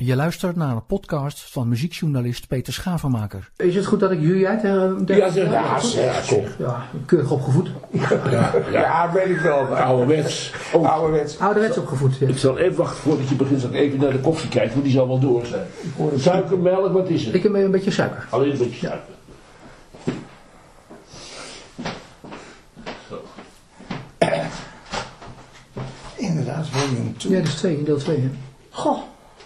Je luistert naar een podcast van muziekjournalist Peter Schavenmaker. Is het goed dat ik jullie uit? Ja, kom. Ja, keurig opgevoed. Ja, weet ik wel. Ouderwets. Ouderwets opgevoed. Ja. Ik zal even wachten voordat je begint. Dat ik even naar de koffie kijken, want die zal wel door zijn. Suiker, melk, wat is het? Ik heb een beetje suiker. Alleen een beetje suiker. Inderdaad, volume 2. Ja, dat is 2, deel 2. Hè? Goh.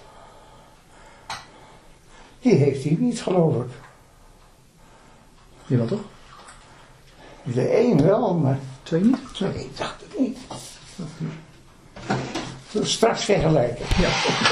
Die heeft hij niet, geloof ik. Jawel toch? De een wel, maar 2 niet? 2, ik dacht het niet. Zullen we straks vergelijken. Ja.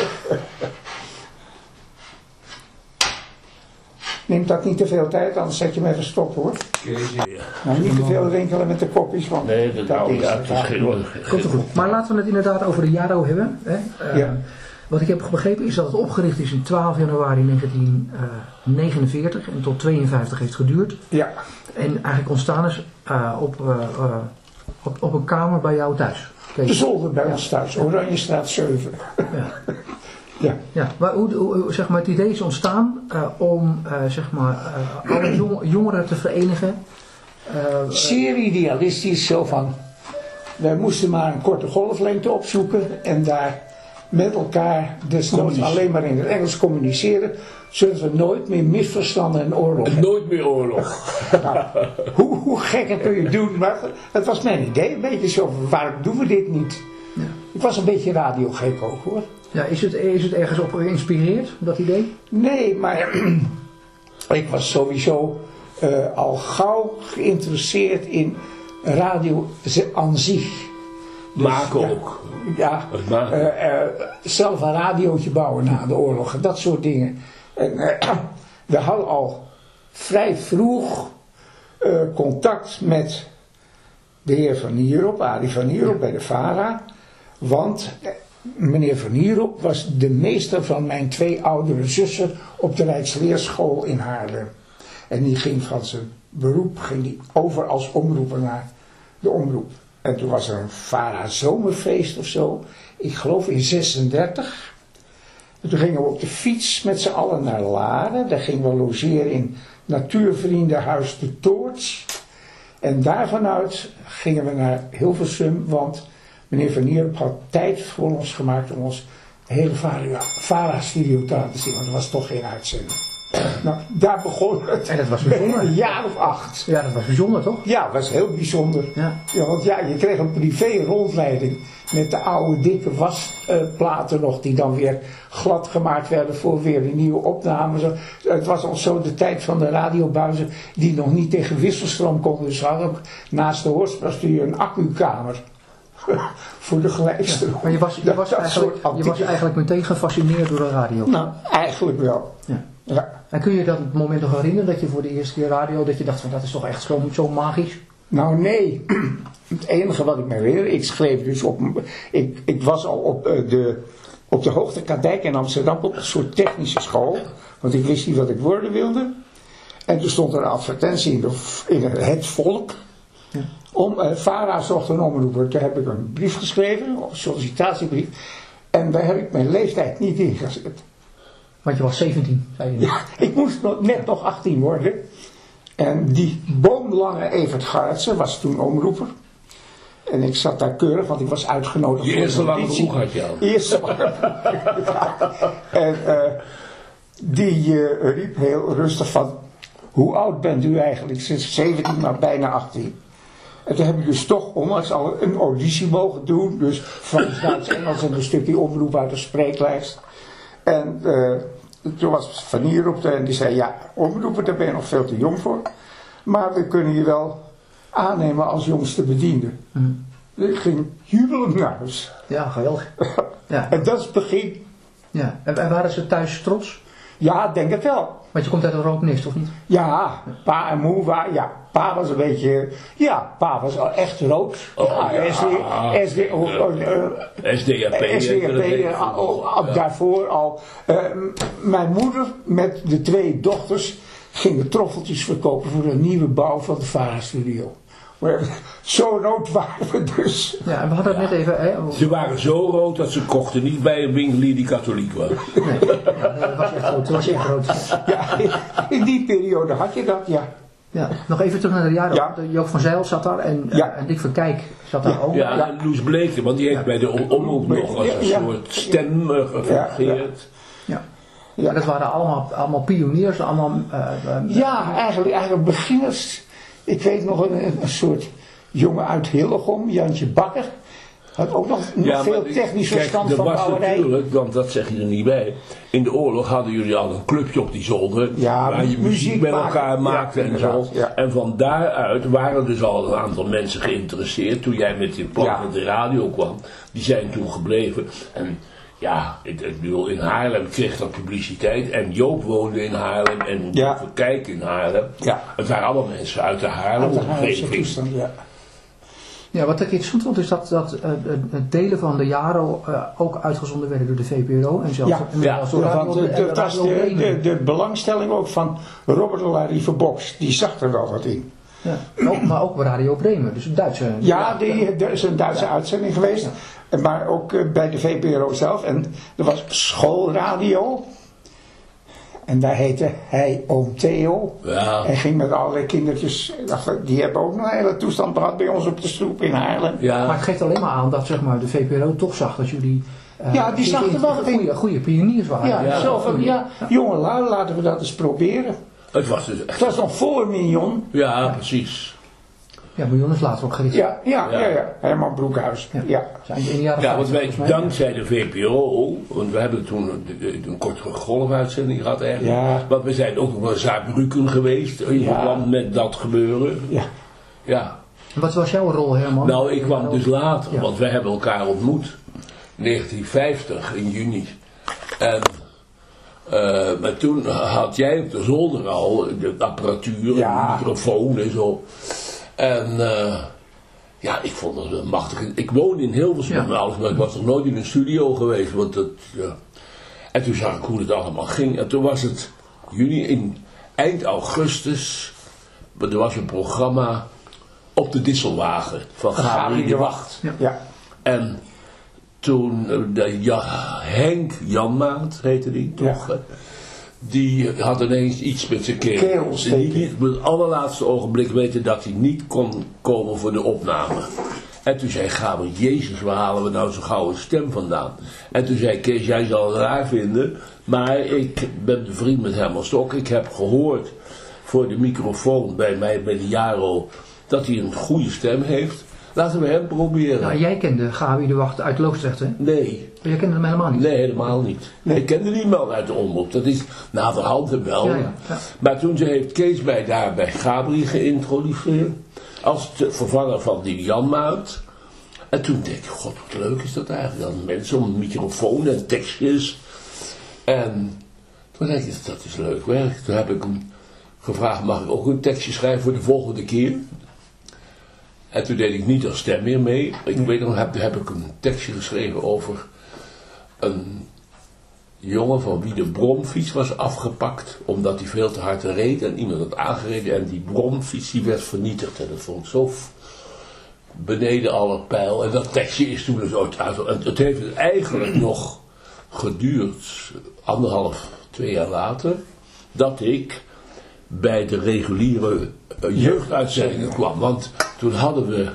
Neemt dat niet te veel tijd, anders zet je hem even stop hoor. Nou, niet te veel rinkelen met de kopjes, want Nee, dat is geen. Komt er goed. Maar laten we het inderdaad over de Jaro hebben. Hè? Ja. Wat ik heb begrepen is dat het opgericht is in 12 januari 1949 en tot 52 heeft geduurd. Ja. En eigenlijk ontstaan is op een kamer bij jou thuis. De zolder bij ons thuis, Oranjestraat 7. Ja. Ja. Ja, maar hoe zeg maar, het idee is ontstaan om zeg maar, alle jongeren te verenigen. Zeer idealistisch, zo van, wij moesten maar een korte golflengte opzoeken en daar met elkaar, desnoods alleen maar in het Engels communiceren, zodat we nooit meer misverstanden en oorlog hebben. Nooit meer oorlog. Nou, hoe gekker kun je doen, maar het was mijn idee, een beetje zo, waarom doen we dit niet? Ja. Ik was een beetje radiogek ook hoor. Ja, is het ergens op geïnspireerd, dat idee? Nee, maar ik was sowieso al gauw geïnteresseerd in radio aan zich. Dus, Maken ook. Ja, zelf een radiootje bouwen na de oorlog, dat soort dingen. En we hadden al vrij vroeg contact met de heer Van Nierop, Arie Van Nierop bij de VARA. Want meneer Van Nierop was de meester van mijn 2 oudere zussen op de Rijksleerschool in Haarlem. En die ging van zijn beroep over als omroeper naar de omroep. En toen was er een VARA zomerfeest of zo, ik geloof in 36. En toen gingen we op de fiets met z'n allen naar Laren. Daar gingen we logeren in Natuurvriendenhuis de Toorts. En daarvanuit gingen we naar Hilversum, want meneer Van Nierop had tijd voor ons gemaakt om ons hele VARA-studio te laten zien, want er was toch geen uitzending. Nou, daar begon het. En dat was bijzonder. Een jaar of 8. Ja, dat was bijzonder toch? Ja, dat was heel bijzonder. Ja. Ja, want ja, je kreeg een privé rondleiding met de oude dikke wasplaten nog, die dan weer glad gemaakt werden voor weer een nieuwe opname. Het was al zo de tijd van de radiobuizen die nog niet tegen wisselstroom konden. Dus we hadden ook naast de hoorspelstudio een accukamer. Voor de gelijkstroom. Ja, maar je was eigenlijk meteen gefascineerd door de radio. Nou, eigenlijk wel. Ja. Ja. En kun je dat het moment nog herinneren dat je voor de eerste keer radio, dat je dacht van dat is toch echt zo magisch? Nou nee, het enige wat ik me herinner, ik schreef dus ik was al op de Hoogtekadijk in Amsterdam op een soort technische school, want ik wist niet wat ik worden wilde. En toen stond er een advertentie in het Volk. Ja. VARA zocht een omroeper. Toen heb ik een brief geschreven, een sollicitatiebrief. En daar heb ik mijn leeftijd niet in gezet. Want je was 17, zei je. Ja, ik moest net nog 18 worden. En die boomlange Evert Garretsen was toen omroeper. En ik zat daar keurig, want ik was uitgenodigd. Je eerste lange broek had je al. Eerste lange broek. En die riep heel rustig van, hoe oud bent u eigenlijk? Sinds 17, maar bijna 18. En toen heb ik dus toch onlangs al een auditie mogen doen. Dus Frans, Duits, Engels en een stukje omroep uit de spreeklijst. En toen was Van Nierop en die zei, ja, omroepen, daar ben je nog veel te jong voor. Maar we kunnen je wel aannemen als jongste bediende. Mm. Ik ging jubelend naar huis. Ja, geweldig. Ja. En dat is het begin. Ja. En waren ze thuis trots? Ja, denk het wel. Want je komt uit een rooknest, of niet? Ja, pa en moe, ja, pa was een beetje, ja, pa was al echt rood. Oh, ja. SDAP, daarvoor al. Mijn moeder met de 2 dochters gingen troffeltjes verkopen voor de nieuwe bouw van de VARA-studio. Zo rood waren we dus. Ja, en we hadden het net even... Ze waren zo rood dat ze kochten niet bij een winkelier die katholiek was. Nee, dat was echt rood. Dat was echt rood. Ja, in die periode had je dat, ja. Ja, nog even terug naar de jaren. Ja. Joop van Zijl zat daar en Dick van Kijk zat daar ook. Ja, en Loes Bleken, want die heeft bij de omroep nog als een soort stem gefungeerd. Ja, dat waren allemaal pioniers, allemaal... eigenlijk beginners. Ik weet nog een soort jongen uit Hillegom, Jantje Bakker. Had ook nog veel technisch verstand van bouwerij. Natuurlijk, want dat zeg je er niet bij. In de oorlog hadden jullie al een clubje op die zolder. Ja, waar je muziek met elkaar maakte en zo. Ja. En van daaruit waren dus al een aantal mensen geïnteresseerd. Toen jij met je plan met de radio kwam. Die zijn toen gebleven. En ja, ik bedoel, in Haarlem kreeg dat publiciteit. En Joop woonde in Haarlem. En Joop van Kijk in Haarlem. Ja. Het waren allemaal mensen uit de Haarlem-omgeving. Ja, wat ik interessant vond is dat delen van de jaren ook uitgezonden werden door de VPRO en zelfs door dat was de belangstelling ook van Robert de La Rive Box, die zag er wel wat in. Ja, maar ook bij Radio Bremen, dus een Duitse... Er is een Duitse uitzending geweest, maar ook bij de VPRO zelf. En er was schoolradio. En daar heette hij oom Theo. Ja. En ging met allerlei kindertjes. Die hebben ook nog een hele toestand gehad bij ons op de stoep in Haarlem. Ja. Maar het geeft alleen maar aan dat zeg maar, de VPRO toch zag dat jullie... die zag er wel goede pioniers waren. Jongelui, laten we dat eens proberen. Het was dus echt... Het was nog voor Mignon. Ja, precies. Ja, Mignon is later ook gericht. Ja. Herman Broekhuis. Want wij, dankzij de VPRO, want we hebben toen een korte golfuitzending gehad eigenlijk. Ja. Want we zijn ook nog wel Saarbrücken geweest in verband met dat gebeuren. Ja. En wat was jouw rol, Herman? Nou, ik kwam dus later, want wij hebben elkaar ontmoet. 1950 in juni. En... maar toen had jij op de zolder al de apparatuur, de microfoon en zo. En ik vond het machtig. Ik woonde in Hilversum met mijn ouders, maar ik was nog nooit in een studio geweest. Want dat, En toen zag ik hoe het allemaal ging. En toen was het eind augustus. Er was een programma op de Disselwagen van Gabriel de Wacht. Ja. En toen Henk Janmaat heette die toch. Ja. Die had ineens iets met zijn keel. En die liet op het allerlaatste ogenblik weten dat hij niet kon komen voor de opname. En toen zei Gabriel, Jezus, waar halen we nou zo'n gouden stem vandaan? En toen zei Kees, jij zal het raar vinden, maar ik ben bevriend met Herman Stok. Ik heb gehoord voor de microfoon bij mij, bij de Jaro, dat hij een goede stem heeft. Laten we hem proberen. Nou, jij kende Gabi de Wacht uit Loosdrecht, hè? Nee. Maar jij kende hem helemaal niet? Nee, helemaal niet. Nee. Ik kende die man uit de omroep. Dat is naderhand wel. Ja. Maar toen heeft Kees mij daar bij Gabriel geïntroduceerd. Als vervanger van die Janmaat. En toen denk ik, god wat leuk is dat eigenlijk. Dan mensen om een microfoon en tekstjes. En toen denk ik, dat is leuk werk. Toen heb ik hem gevraagd, mag ik ook een tekstje schrijven voor de volgende keer? En toen deed ik niet als stem meer mee. Ik weet nog, heb ik een tekstje geschreven over een jongen van wie de bromfiets was afgepakt. Omdat hij veel te hard reed en iemand had aangereden. En die bromfiets die werd vernietigd. En dat vond ik zo beneden alle pijl. En dat tekstje is toen dus ooit uit. En het heeft eigenlijk nog geduurd, 2 jaar later, dat ik bij de reguliere jeugduitzendingen kwam. Want toen hadden we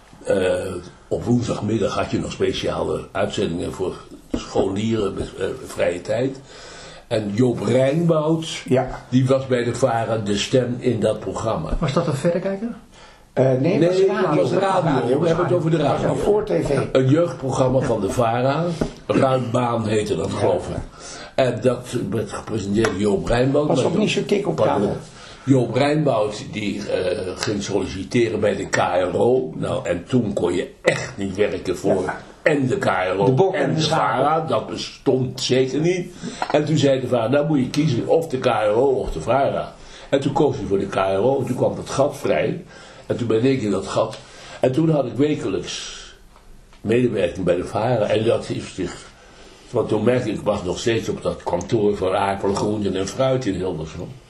op woensdagmiddag had je nog speciale uitzendingen voor scholieren met vrije tijd. En Joop Rijnboud, die was bij de VARA de stem in dat programma. Was dat een verrekijker? Nee, dat was radio. We hebben het over de radio. Voor tv. Een jeugdprogramma van de VARA. Ruimbaan heette dat, geloof ik. En dat werd gepresenteerd door Joop Rijnboud. Was ook niet zo dik op kabel. Joop Rijnboud die ging solliciteren bij de KRO. Nou, en toen kon je echt niet werken voor en de KRO en de VARA. Dat bestond zeker niet. En toen zei de VARA, nou moet je kiezen of de KRO of de VARA. En toen koos hij voor de KRO. En toen kwam dat gat vrij. En toen ben ik in dat gat. En toen had ik wekelijks medewerking bij de VARA. En dat heeft zich... Want toen merkte ik was nog steeds op dat kantoor van aardappelen, groenten en fruit in Hilversum.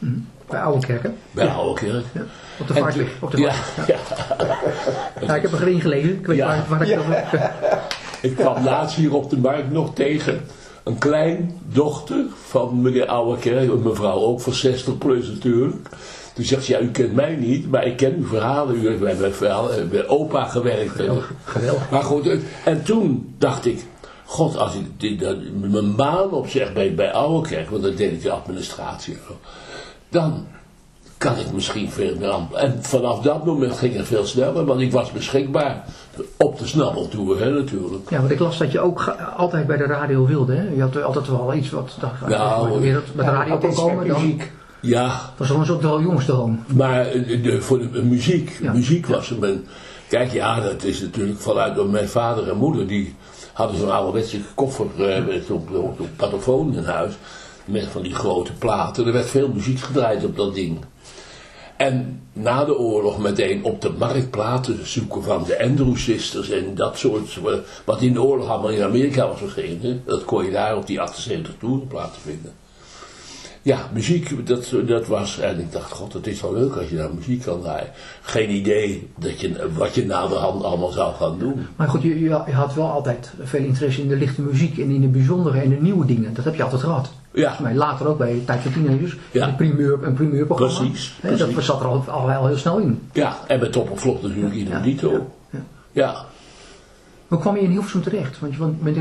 Bij Oudekerk, hè? Bij Oudekerk. Ja. Op de vaart ligt. Ja. Ja, ik heb er erin gelezen. Ik weet waar ik over... Ik kwam laatst hier op de markt nog tegen een kleindochter van meneer Oudekerk, een mevrouw ook van 60 plus natuurlijk. Toen zegt ze, ja, u kent mij niet, maar ik ken uw verhalen. U heeft bij opa gewerkt. Geweldig. Maar goed, en toen dacht ik, god, als ik mijn baan opzeg bij Oudekerk, want dan deed ik de administratie, dan kan ik misschien veel meer aan. En vanaf dat moment ging het veel sneller, want ik was beschikbaar op de snabbeltoer, hè, natuurlijk. Ja, want ik las dat je ook altijd bij de radio wilde, hè? Je had altijd wel iets wat dacht, met de radio kon komen. Muziek. Ja. Dat was gewoon zo'n de jongensdroom. Maar voor de muziek was er kijk, ja, dat is natuurlijk vanuit door mijn vader en moeder, die hadden zo'n ouderwetse koffer met zo'n padofoon in huis, met van die grote platen. Er werd veel muziek gedraaid op dat ding. En na de oorlog meteen op de markt platen zoeken van de Andrew Sisters en dat soort, wat in de oorlog allemaal in Amerika was verschenen. Dat kon je daar op die 78 toerenplaten vinden. Ja, muziek, dat was, en ik dacht, god, het is wel leuk als je daar muziek kan draaien. Geen idee wat je naderhand allemaal zou gaan doen. Maar goed, je had wel altijd veel interesse in de lichte muziek en in de bijzondere en de nieuwe dingen. Dat heb je altijd gehad. Ja. Maar later ook bij Tijd voor Teenagers, een primeurprogramma. Precies. Dat zat er al heel snel in. Ja, en met Top of Vlog natuurlijk in dito. Ja. Hoe kwam je in Hilversum terecht? Want je bent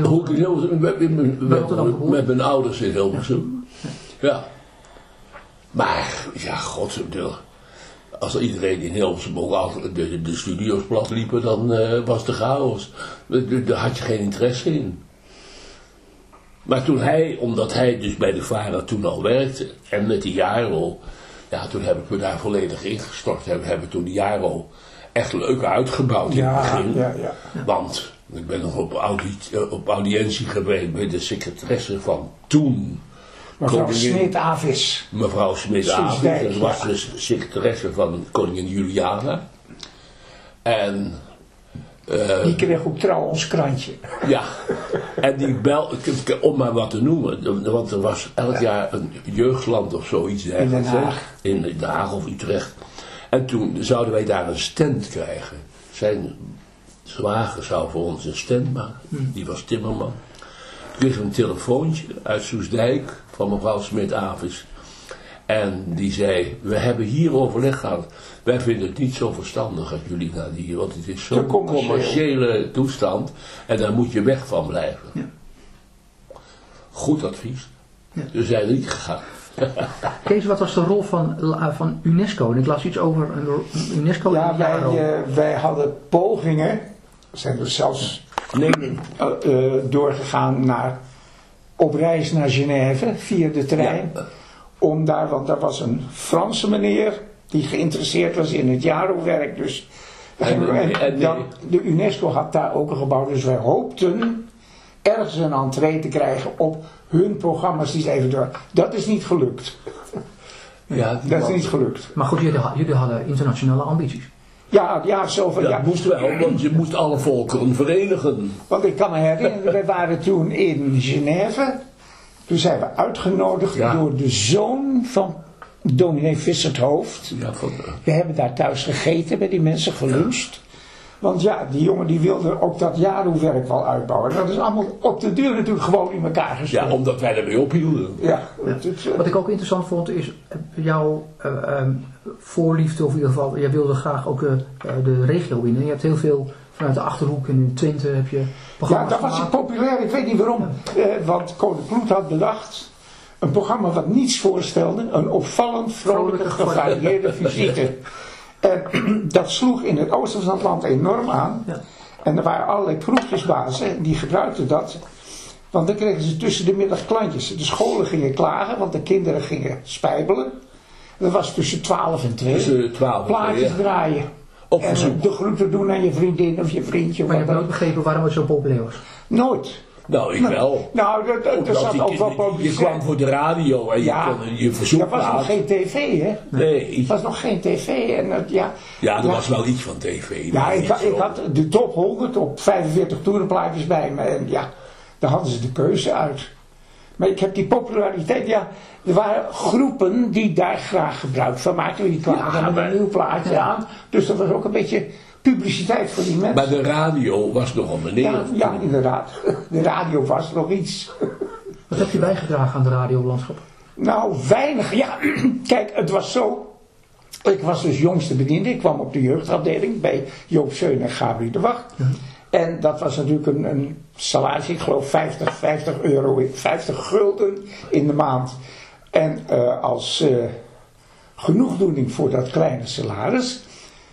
met mijn ouders in Hilversum. Ja. Maar, ja, als iedereen in Hilversum ook de studio's plat liepen, dan was de chaos. Daar had je geen interesse in. Maar toen omdat hij dus bij de VARA toen al werkte, en met die Jaro, ja, toen heb ik me daar volledig ingestort. Hebben toen die Jaro echt leuk uitgebouwd in het begin. Ja. Want ik ben nog op audiëntie geweest bij de secretaresse van toen. Mevrouw Smit-Avis. Mevrouw Smit-Avis, dat was de secretaresse van koningin Juliana. En die kreeg ook trouw ons krantje. Ja, en die om maar wat te noemen, want er was elk jaar een jeugdland of zoiets dergelijks. In Den Haag. In Den Haag of Utrecht. En toen zouden wij daar een stand krijgen. Zijn zwager zou voor ons een stand maken, die was timmerman. Toen kreeg een telefoontje uit Soesdijk van mevrouw Smit-Avis. En die zei, we hebben hier overleg gehad. Wij vinden het niet zo verstandig dat jullie naar die, want het is zo'n commerciële toestand. En daar moet je weg van blijven. Ja. Goed advies. Ja. Dus zijn er niet gegaan. Kees, wat was de rol van UNESCO? En ik las iets over UNESCO. Ja, wij hadden pogingen, zijn er zelfs doorgegaan op reis naar Genève via de trein. Ja. Want daar was een Franse meneer die geïnteresseerd was in het Jaro-werk. Dus de UNESCO had daar ook een gebouw. Dus wij hoopten ergens een entree te krijgen op hun programma's die ze even door. Dat is niet gelukt. Ja, dat is niet gelukt. Maar goed, jullie hadden internationale ambities. Ja, zoveel. Dat moest wel, want je moest alle volkeren verenigen. Want ik kan me herinneren, wij waren toen in Genève. Toen zijn we uitgenodigd door de zoon van dominee Visserthoofd. Ja, we hebben daar thuis gegeten, bij die mensen geluncht. Want ja, die jongen die wilde ook dat Jaro-werk wel uitbouwen. Dat is allemaal op de deur natuurlijk gewoon in elkaar gespeeld. Ja, omdat wij ermee ophielden. Ja. Wat ik ook interessant vond is jouw voorliefde, of in ieder geval, jij wilde graag ook de regio winnen. Je hebt heel veel vanuit de Achterhoek en in Twente heb je programma's gemaakt. Ja, dat was populair, ik weet niet waarom. Want Code Kloet had bedacht een programma wat niets voorstelde. Een opvallend, vrolijke, gevarieerde visite. En dat sloeg in het oosten van het land enorm aan. Ja. En er waren allerlei kroegjesbazen die gebruikten dat. Want dan kregen ze tussen de middag klantjes. De scholen gingen klagen, want de kinderen gingen spijbelen. Dat was tussen 12 en 2. Tussen 12 en 2, plaatjes draaien. En de groeten doen aan je vriendin of je vriendje. Maar je hebt nooit begrepen waarom het zo populair was? Nooit. Nou, ik wel. Nou, dat zat ook wel populair. Je kwam voor de radio en je verzoek. Dat was nog geen tv, hè? Nee. Het was nog geen tv. En er was wel iets van tv. Ja, ik had de top 100 op 45 toerenplaatjes bij me. En ja, daar hadden ze de keuze uit. Maar ik heb die populariteit, ja, er waren groepen die daar graag gebruik van maakten. Die kwamen dan met een nieuw plaatje aan. Dus dat was ook een beetje publiciteit voor die mensen. Maar de radio was nogal beneden. Ja, inderdaad. De radio was nog iets. Wat heb je bijgedragen aan de radiolandschap? Nou, weinig. Ja, kijk, het was zo. Ik was dus jongste bediende. Ik kwam op de jeugdafdeling bij Joop Seun en Gabriel de Wacht. Ja. En dat was natuurlijk een salaris, ik geloof 50 gulden in de maand. En als genoegdoening voor dat kleine salaris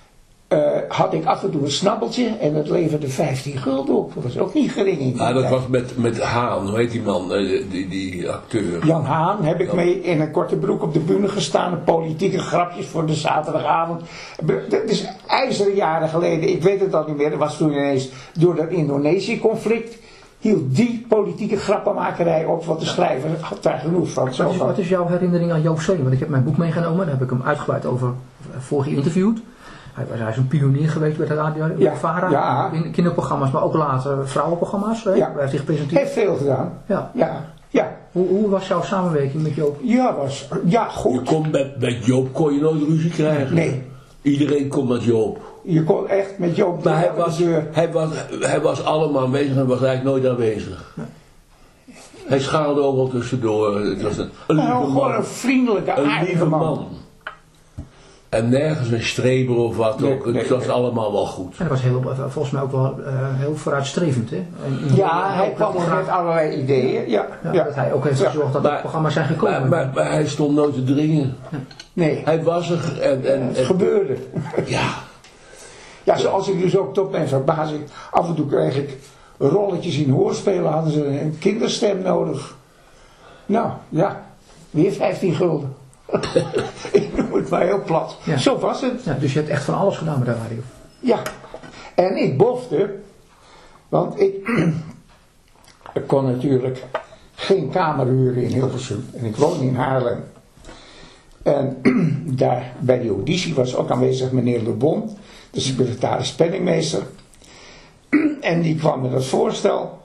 had ik af en toe een snabbeltje en dat leverde 15 gulden op. Dat was ook niet gering. Dat was met Haan, hoe heet die man, die acteur? Jan Haan heb ik mee in een korte broek op de bühne gestaan. Politieke grapjes voor de zaterdagavond. Dat is ijzeren jaren geleden, ik weet het al niet meer. Dat was toen ineens door dat Indonesië-conflict. Hield die politieke grappenmakerij op, want de schrijver had daar genoeg van. Wat is jouw herinnering aan Joop Seun? Want ik heb mijn boek meegenomen, daar heb ik hem uitgebreid over voor geïnterviewd. Hij is een pionier geweest bij de radio, VARA, ja. In kinderprogramma's, maar ook later vrouwenprogramma's. Ja. Hij heeft zich gepresenteerd. Heeft veel gedaan. Ja. Hoe was jouw samenwerking met Joop? Ja, goed. Je kon met Joop kon je nooit ruzie krijgen. Nee. Iedereen kon met Joop. Je kon echt met Joop. Maar hij was allemaal aanwezig en was eigenlijk nooit aanwezig. Nee. Hij schaalde ook wel tussendoor. Het was een lieve man. Gewoon een vriendelijke, aardige man. En nergens een streber of wat ook. Het was allemaal wel goed. En hij was volgens mij ook wel heel vooruitstrevend. Hè? Hij kwam met allerlei ideeën. Ja. Dat hij ook heeft gezorgd dat de programma's zijn gekomen. Maar hij stond nooit te dringen. Nee. Hij was er. Het gebeurde. Ja. Ja, zoals ik dus ook tot mijn verbazing. Af en toe kreeg ik rolletjes in hoorspelen. Hadden ze een kinderstem nodig. Nou, ja. Weer 15 gulden. Ik noem het maar heel plat. Ja. Zo was het. Ja, dus je hebt echt van alles gedaan met de radio. Ja. En ik bofte. Want ik kon natuurlijk geen kamer huren in Hilversum. En ik woonde in Haarlem. En daar bij die auditie was ook aanwezig meneer Le Bon. De secretaris penningmeester. En die kwam met het voorstel.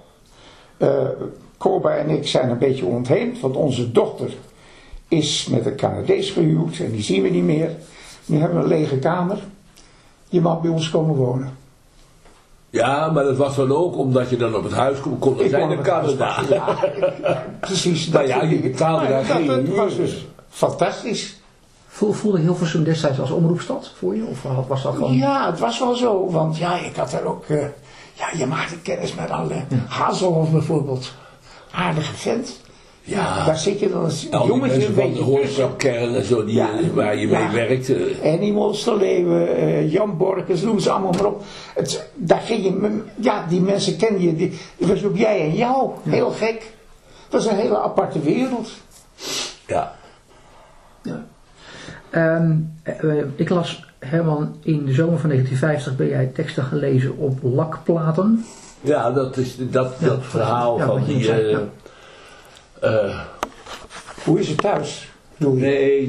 Corba en ik zijn een beetje ontheemd. Want onze dochter is met een Canadees gehuwd en die zien we niet meer. Nu hebben we een lege kamer. Je mag bij ons komen wonen. Ja, maar dat was dan ook omdat je dan op het huis kon. Er zijn in Canada. Ja, precies. Nou ja, je betaalde daar geen huur. Dat was dus fantastisch. Voelde Hilversum destijds als omroepstad voor je? Of was dat gewoon... Ja, het was wel zo. Want ja, ik had daar ook... je maakte kennis met alle... Hazelhoff bijvoorbeeld. Aardige vent. Ja, daar zit je dan als jongetje een beetje de hoorspelkern en zo, waar je mee werkte. Animals, de Leeuwen, Jan Borkes, noem ze allemaal maar op. Daar ging je, die mensen ken je, het was ook jij en jou, heel gek. Het was een hele aparte wereld. Ja. Ik las, Herman, in de zomer van 1950 ben jij teksten gelezen op lakplaten. Ja, dat is dat verhaal van die... hoe is het thuis? Nee.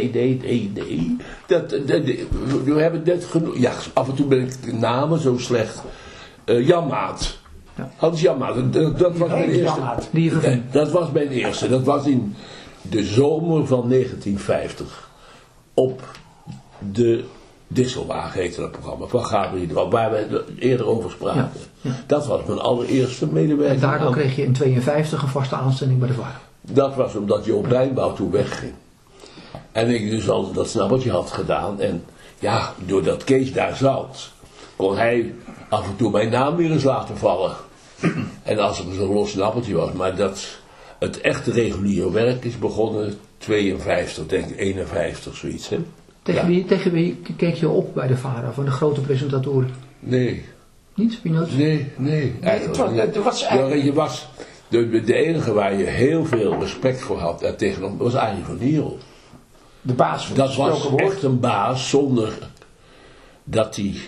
We hebben net genoeg. Ja, af en toe ben ik de namen zo slecht. Jan Maat. Hans Jan Maat. Dat was mijn eerste. Dat was mijn eerste. Dat was in de zomer van 1950. Op de Disselwagen heette dat programma van Gabriel de Wacht, waar we eerder over spraken. Ja. Dat was mijn allereerste medewerking. En daardoor kreeg je in 1952 een vaste aanstelling bij de VARA. Dat was omdat Joop Rijnbouw toen wegging. En ik dus al dat snabbeltje had gedaan. En ja, doordat Kees daar zat, kon hij af en toe mijn naam weer eens laten vallen. En als het zo'n los snabbeltje was. Maar het echte reguliere werk is begonnen 52, denk ik 51, zoiets. Hè? Tegen wie keek je op bij de VARA, van de grote presentatoren? Nee. Niet? Nee. De enige waar je heel veel respect voor had tegenover was Arie van Nierop. De baas van dat was echt een baas zonder dat hij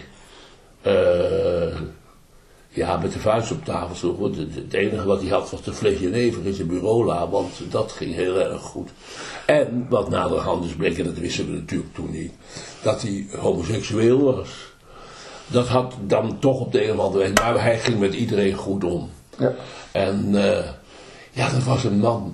met de vuist op tafel sloeg. Het enige wat hij had was de fles Jenever in zijn bureaula, want dat ging heel erg goed. En wat naderhand is bleek, en dat wisten we natuurlijk toen niet, dat hij homoseksueel was. Dat had dan toch op de een of andere weg, maar hij ging met iedereen goed om. Ja. En Ja, dat was een man.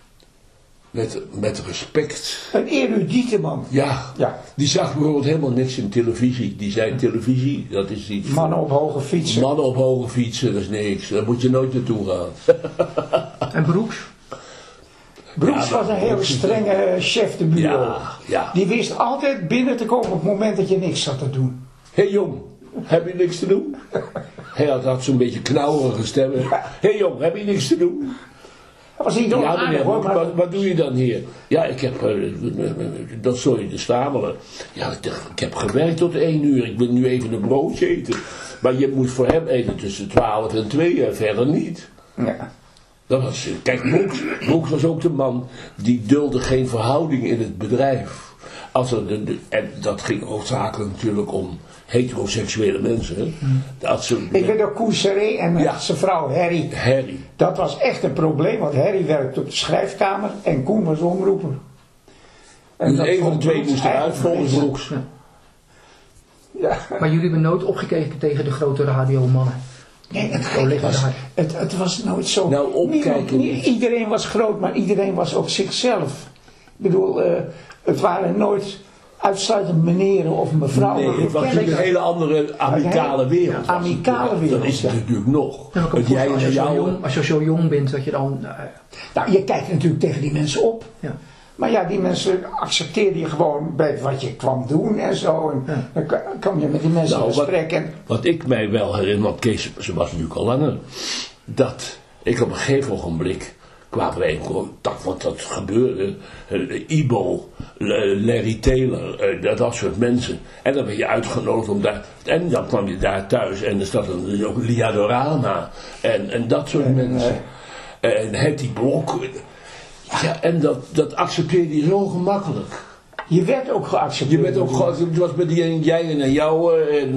Met respect. Een erudite man. Ja, Ja. Die zag bijvoorbeeld helemaal niks in televisie. Die zei televisie, dat is iets... Mannen op hoge fietsen. Mannen op hoge fietsen, dat is niks. Daar moet je nooit naartoe gaan. En Broeks? Broeks Ja, was een hele Broeks is- strenge chef de bureau. Ja. Die wist altijd binnen te komen op het moment dat je niks zat te doen. Hé jong, heb je niks te doen? Hij had zo'n beetje knauwerige stemmen. Hé jong, heb je niks te doen? Dat was niet Ja onaardig meneer, hoor, maar... wat doe je dan hier? Ja, ik heb, dat zul je te stamelen. Ja, ik heb gewerkt tot 1 uur, ik wil nu even een broodje eten. Maar je moet voor hem eten tussen 12 en 2 en verder niet. Ja. Dat was, kijk, Broeks was ook de man die dulde geen verhouding in het bedrijf. En dat ging hoofdzakelijk natuurlijk om heteroseksuele mensen. Hè. Ik weet ook Koen Serré en zijn vrouw Harry. Dat was echt een probleem, want Harry werkte op de schrijfkamer en Koen was omroeper. En Dus dat een van de vond twee Broeks moest eruit eigenlijk volgens niks. Broeks. Ja. Maar jullie hebben nooit opgekeken tegen de grote radiomannen? Nee, Collega's. het was nooit zo. Nou, opkijken Niet niet. iedereen was groot, maar iedereen was ook zichzelf. Ik bedoel, het waren nooit uitsluitend meneren of mevrouwen. Nee, het was natuurlijk een hele andere amicale wereld. was het. Amicale wereld, Dat is het ja. natuurlijk nog. Ja, maar ik kan me Want jij voorstellen, en jou... als je zo jong bent, dat je dan... Nou, je kijkt natuurlijk tegen die mensen op. ja. Maar ja, die mensen accepteerde je gewoon bij wat je kwam doen en zo. En dan kwam je met die mensen in gesprek. En Wat ik mij wel herinner, want Kees, ze was natuurlijk al langer, dat ik op een gegeven ogenblik kwamen wij in contact, want dat gebeurde. Ibo, Larry Taylor, dat soort mensen. En dan werd je uitgenodigd om daar. En dan kwam je daar thuis en er zat ook Liadorama en dat soort mensen. En Hetty Blok. Ja, en dat accepteerde je zo gemakkelijk. je werd ook geaccepteerd. Je bent ook gewoon, het was met jij en jou.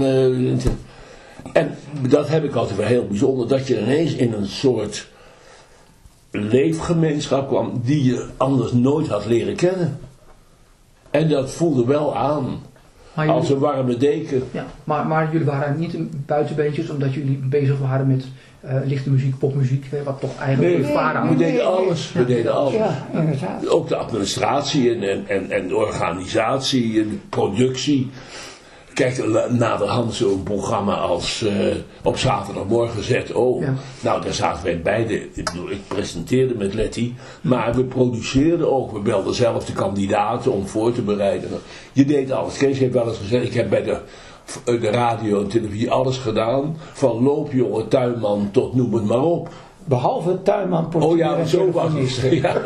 En dat heb ik altijd wel heel bijzonder, dat je ineens in een soort leefgemeenschap kwam die je anders nooit had leren kennen. En dat voelde wel aan. Maar Als een warme deken. Ja, maar jullie waren niet buitenbeentjes omdat jullie bezig waren met lichte muziek, popmuziek, wat toch eigenlijk Nee, varen we deden alles. We deden alles. Ja, inderdaad. Ook de administratie en de organisatie en de productie. Kijk, naderhand zo'n programma als op zaterdagmorgen zet. Ja. Nou daar zaten wij beide. Ik presenteerde met Letty, maar we produceerden ook. We belden zelf de kandidaten om voor te bereiden. Je deed alles. Kees heeft wel eens gezegd, ik heb bij de radio en televisie alles gedaan. Van loopjongen, tuinman tot noem het maar op. Behalve tuinman, portier Oh ja, en zo was telefonist. het. Ja.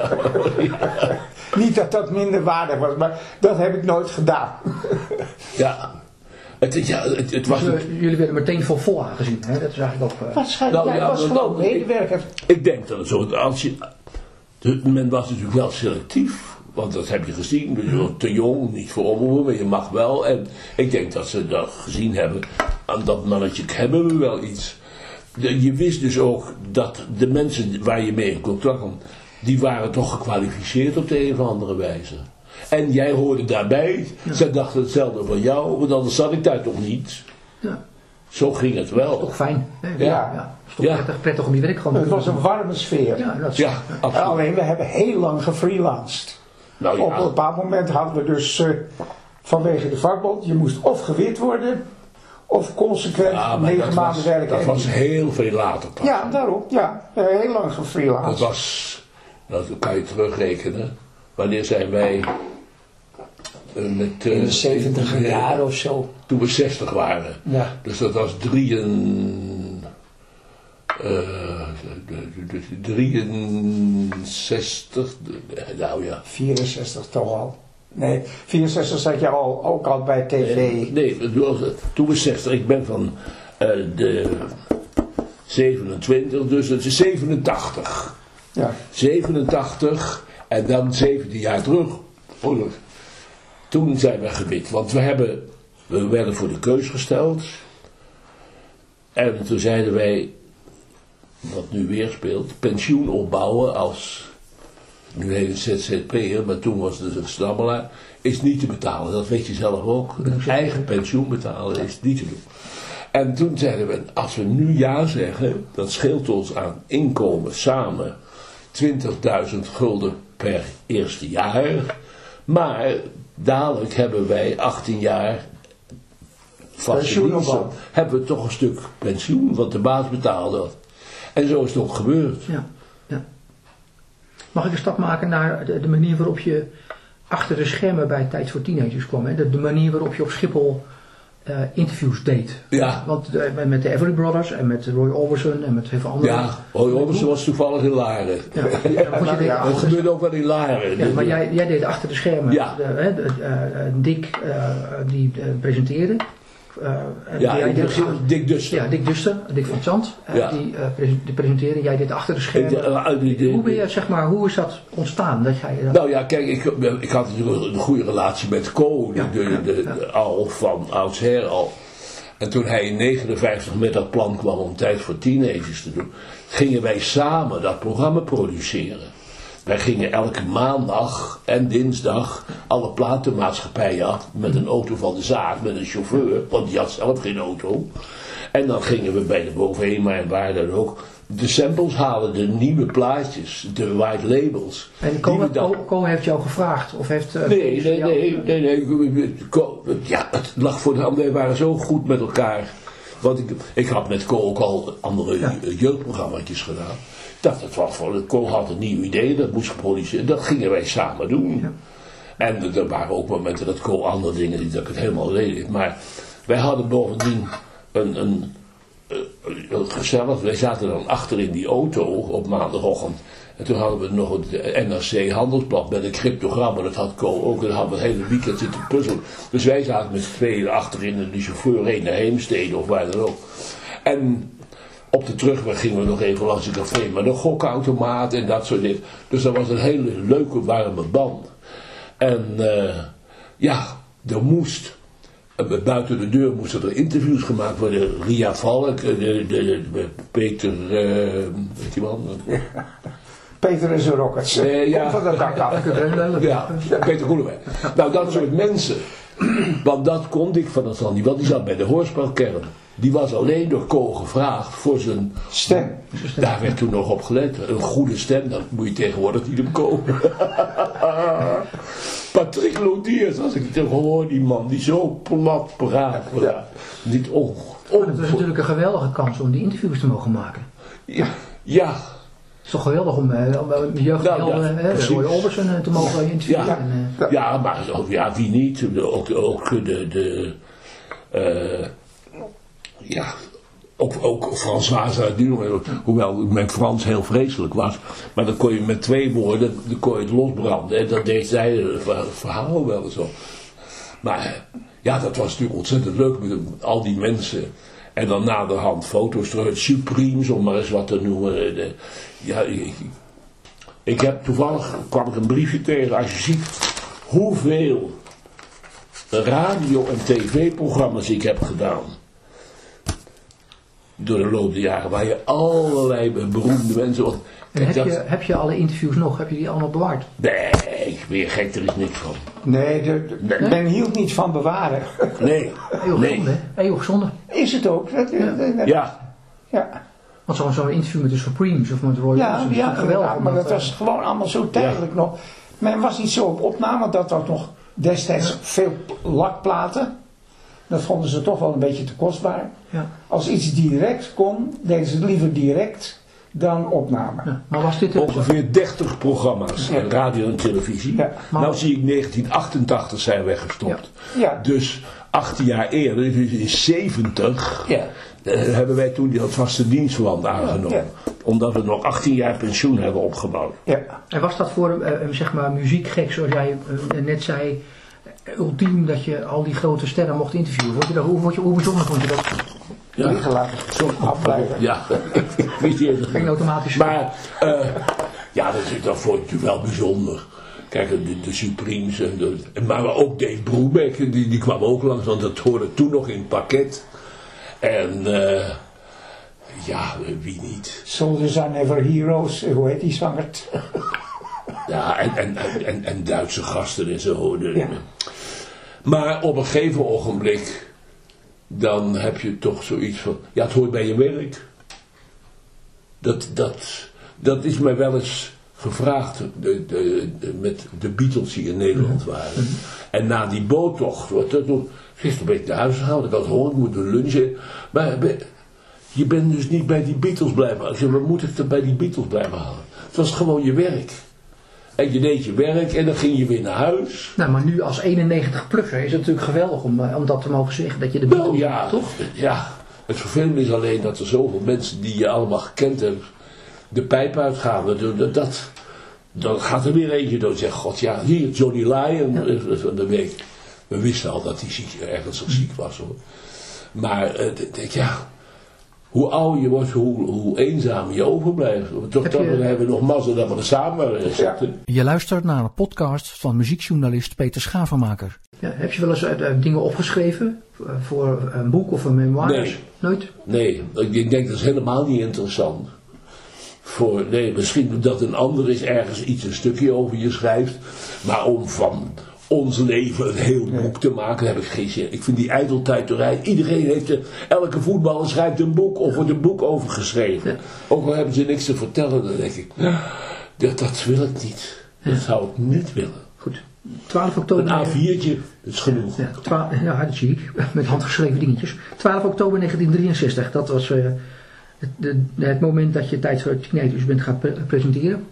Niet dat dat minder waardig was, maar dat heb ik nooit gedaan. Ja. Het was... jullie werden meteen voor vol aangezien. Hè? Dat is eigenlijk ook... Waarschijnlijk, Nou, jij ja, was maar gewoon dan- medewerker. Ik denk dat het zo... Men was natuurlijk wel selectief. Want dat heb je gezien. Dus je was te jong, niet voor omroepen, maar je mag wel. En ik denk dat ze dat gezien hebben. Aan dat mannetje hebben we wel iets. Je wist dus ook dat de mensen waar je mee in contact kwam, die waren toch gekwalificeerd op de een of andere wijze. En jij hoorde daarbij. Ja. Zij dachten hetzelfde van jou, want anders zat ik daar toch niet. Ja. Zo ging het wel. Toch fijn. Hè? Ja. Het is toch prettig om je werk gewoon te Het doen. was een warme sfeer. Ja, dat is, Ja, absoluut. Alleen we hebben heel lang gefreelanced. Nou, ja. Op een bepaald moment hadden we dus vanwege de vakbond, je moest of gewit worden, of consequent maar 9 maanden werken. Dat was heel veel later pas. Ja, daarom. Ja, heel lang Dat gefreelanced. was, dat kan je terugrekenen. Wanneer zijn wij met... In de 70 jaar of zo. Toen we 60 waren. Ja. Dus dat was 63, nou ja. 64 toch al. Nee, 64 zat je ook al bij tv. Nee, toen we 60, ik ben van de 27, dus het is 87. Ja. 87 en dan 17 jaar terug. Toen zijn we gewit, want we werden voor de keus gesteld. En toen zeiden wij, wat nu weer speelt, pensioen opbouwen als, nu heet het ZZP'er, maar toen was het een snabbelaar, is niet te betalen. Dat weet je zelf ook. Eigen pensioen betalen is niet te doen. En toen zeiden we, als we nu ja zeggen, dat scheelt ons aan inkomen samen 20.000 gulden per eerste jaar. Maar dadelijk hebben wij 18 jaar vaste dienst. Hebben we toch een stuk pensioen, want de baas betaalde dat. En zo is het ook gebeurd. Ja. Mag ik een stap maken naar de manier waarop je achter de schermen bij Tijd voor Teenagers kwam? Hè? De manier waarop je op Schiphol interviews deed. Ja. Want met de Everly Brothers en met Roy Orbison en met heel veel anderen. Ja, Roy Orbison was toevallig in Laren. Ja, dat gebeurde ook wel in Laren. Ja, maar jij deed achter de schermen. Ja. Dick die presenteerde. Dick Duster. Ja, Dick Duster, Dick van Zandt, die presenteerde. Jij deed achter de schermen. Hoe is dat ontstaan? Dat jij, Nou ja, kijk, ik had natuurlijk een goede relatie met Co, al van oudsher al. En toen hij in 1959 met dat plan kwam om Tijd voor Teenagers te doen, gingen wij samen dat programma produceren. Wij gingen elke maandag en dinsdag alle platenmaatschappijen af met een auto van de zaak, met een chauffeur, want die had zelf geen auto. En dan gingen we bij de Bovema en waar dan ook de samples halen, de nieuwe plaatjes, de white labels. En Co heeft jou gevraagd? Of heeft, Nee. Ja, het lag voor de hand. Wij waren zo goed met elkaar. Want ik had met Co ook al andere jeugdprogramma's gedaan. Dat was voor Co had een nieuw idee, dat moest geproduceerd. Dat gingen wij samen doen. Ja. En er waren ook momenten dat Co andere dingen dat ik het helemaal deed. Maar wij hadden bovendien een gezellig. Wij zaten dan achter in die auto op maandagochtend. En toen hadden we nog het NRC Handelsblad met een cryptogram. En dat had Co ook. En dan hadden we het hele weekend zitten puzzelen. Dus wij zaten met z'n tweeën achterin en die chauffeur heen naar Heemstede of waar dan ook. En op de terugweg gingen we nog even langs een café met een gokautomaat en dat soort dingen. Dus dat was een hele leuke warme band. En er moest, buiten de deur moesten er interviews gemaakt worden. Ria Valk, Peter, weet je man? Peter en zijn Rockets. Van de dak af. Peter Goelewijn. Nou, dat soort mensen. Want dat kon ik van dat niet, want die zat bij de hoorspelkern. Die was alleen door Co gevraagd voor zijn stem. Daar werd toen nog op gelet. Een goede stem, dat moet je tegenwoordig niet hem kopen. Patrick Lodiers, als ik het hoor, die man, die zo plat praat. Niet Het is natuurlijk een geweldige kans om die interviews te mogen maken. Ja. Het is toch geweldig om jeugdhelden, Roy Orbison te mogen interviewen. Maar wie niet? Ook François uit Duren, hoewel mijn Frans heel vreselijk was. Maar dan kon je met 2 woorden het losbranden. En dat deed zij het verhaal wel zo. Maar dat was natuurlijk ontzettend leuk met al die mensen. En dan naderhand foto's terug. Supremes, om maar eens wat te noemen. Ik heb toevallig, kwam ik een briefje tegen. Als je ziet hoeveel radio- en tv-programma's ik heb gedaan. Door de loop der jaren, waar je allerlei beroemde mensen... En heb je alle interviews nog? Heb je die allemaal bewaard? Nee, ik ben gek, er is niks van. Nee, men hield niet van bewaren. Nee. Eeuwig zonde. Is het ook? Ja. Want zo'n interview met de Supremes of met Roy Orbison is geweldig. Maar dat was gewoon allemaal zo tijdelijk nog. Men was niet zo op opname, dat was nog destijds veel lakplaten. Dat vonden ze toch wel een beetje te kostbaar. Ja. Als iets direct kon, deden ze het liever direct dan opname. Ja, maar was dit ongeveer 30 programma's, radio en televisie. Ja, nou zie ik 1988 zijn weggestopt. Ja. Dus 18 jaar eerder, dus in 70, hebben wij toen dat vaste dienstverband aangenomen. Ja. Omdat we nog 18 jaar pensioen hebben opgebouwd. Ja. En was dat voor muziekgek, zoals jij net zei, ultiem dat je al die grote sterren mocht interviewen? Hoe bijzonder vond je dat? Laten zo afblijven. Ja, ging automatisch. Maar dat vond ik natuurlijk wel bijzonder. Kijk, de Supremes maar ook Dave Brubeck, die kwam ook langs, want dat hoorde toen nog in het pakket. En wie niet? Soldiers are never heroes, hoe heet die zanger? Ja, en Duitse gasten en zo. Maar op een gegeven ogenblik, dan heb je toch zoiets van, het hoort bij je werk. Dat is mij wel eens gevraagd met de Beatles die in Nederland waren. En na die boottocht, gisteren ben ik naar huis gegaan, ik had gehoord, ik moet doen lunchen. Maar je bent dus niet bij die Beatles blijven halen. Ik zei, wat moet ik er bij die Beatles blijven halen? Het was gewoon je werk. En je deed je werk en dan ging je weer naar huis. Nou, maar nu als 91-plusser is het natuurlijk geweldig om dat te mogen zeggen, dat je de Beatles toch? Ja, het vervelende is alleen dat er zoveel mensen die je allemaal gekend hebt, de pijp uitgaan. Dan gaat er weer eentje door en zegt, god ja, hier Johnny Lyon van de week. We wisten al dat hij ergens ziek was hoor. Maar hoe ouder je wordt, hoe eenzaam je overblijft. Toch hebben we nog mazzel dat we er samen zitten. Je luistert naar een podcast van muziekjournalist Peter Schavenmaker. Ja, heb je wel eens dingen opgeschreven voor een boek of een memoires? Nee. Nooit? Nee, ik denk dat is helemaal niet interessant. Misschien dat een ander is ergens een stukje over je schrijft. Maar om van ons leven een heel boek te maken, heb ik geen zin. Ik vind die ijdeltuiterij. Iedereen heeft elke voetballer schrijft een boek of wordt een boek over geschreven. Ja. Ook al hebben ze niks te vertellen, dan denk ik, dat wil ik niet. Dat zou ik niet willen. Goed. 12 oktober... Een A4'tje, dat is genoeg. Ja, dat zie ik. Met handgeschreven dingetjes. 12 oktober 1963, dat was het moment dat je Tijd voor Teenagers bent gaan presenteren.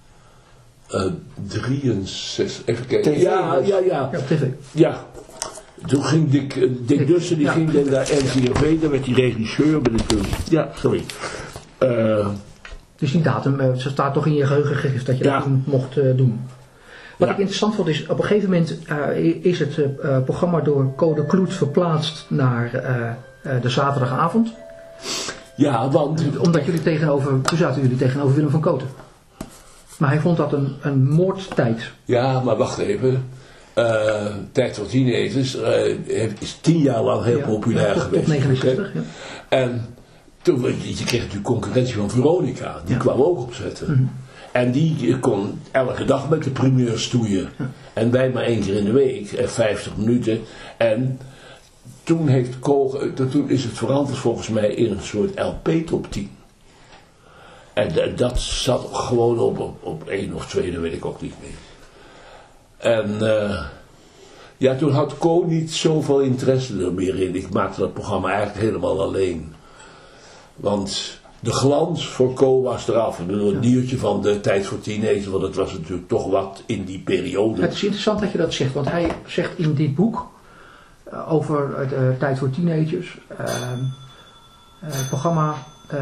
63, even kijken. TV. Ja, op tv. Ja. Toen ging Dick Dussen, die ging dan naar NCRV, daar werd die regisseur. Ja, sorry. Dus die datum, ze staat toch in je geheugen gegrift dat je dat mocht doen. Wat ik interessant vond is, op een gegeven moment is het programma door Code Kloet verplaatst naar de zaterdagavond. Ja, want... Omdat toen zaten jullie tegenover Willem van Koten. Maar hij vond dat een moordtijd. Ja, maar wacht even. Tijd voor Teenagers is 10 jaar lang heel populair geweest. Tot 69, ja. En toen, je kreeg natuurlijk concurrentie van Veronica. Die kwam ook opzetten. Mm-hmm. En die kon elke dag met de primeur stoeien. Ja. En wij maar 1 keer in de week. 50 minuten. En toen is het veranderd volgens mij in een soort LP-top 10. En dat zat gewoon op 1 of 2, dat weet ik ook niet meer. En toen had Co niet zoveel interesse er meer in. Ik maakte dat programma eigenlijk helemaal alleen. Want de glans voor Co was eraf. Een diertje van de Tijd voor Teenagers, want het was natuurlijk toch wat in die periode. Het is interessant dat je dat zegt, want hij zegt in dit boek over Tijd voor Teenagers. Het programma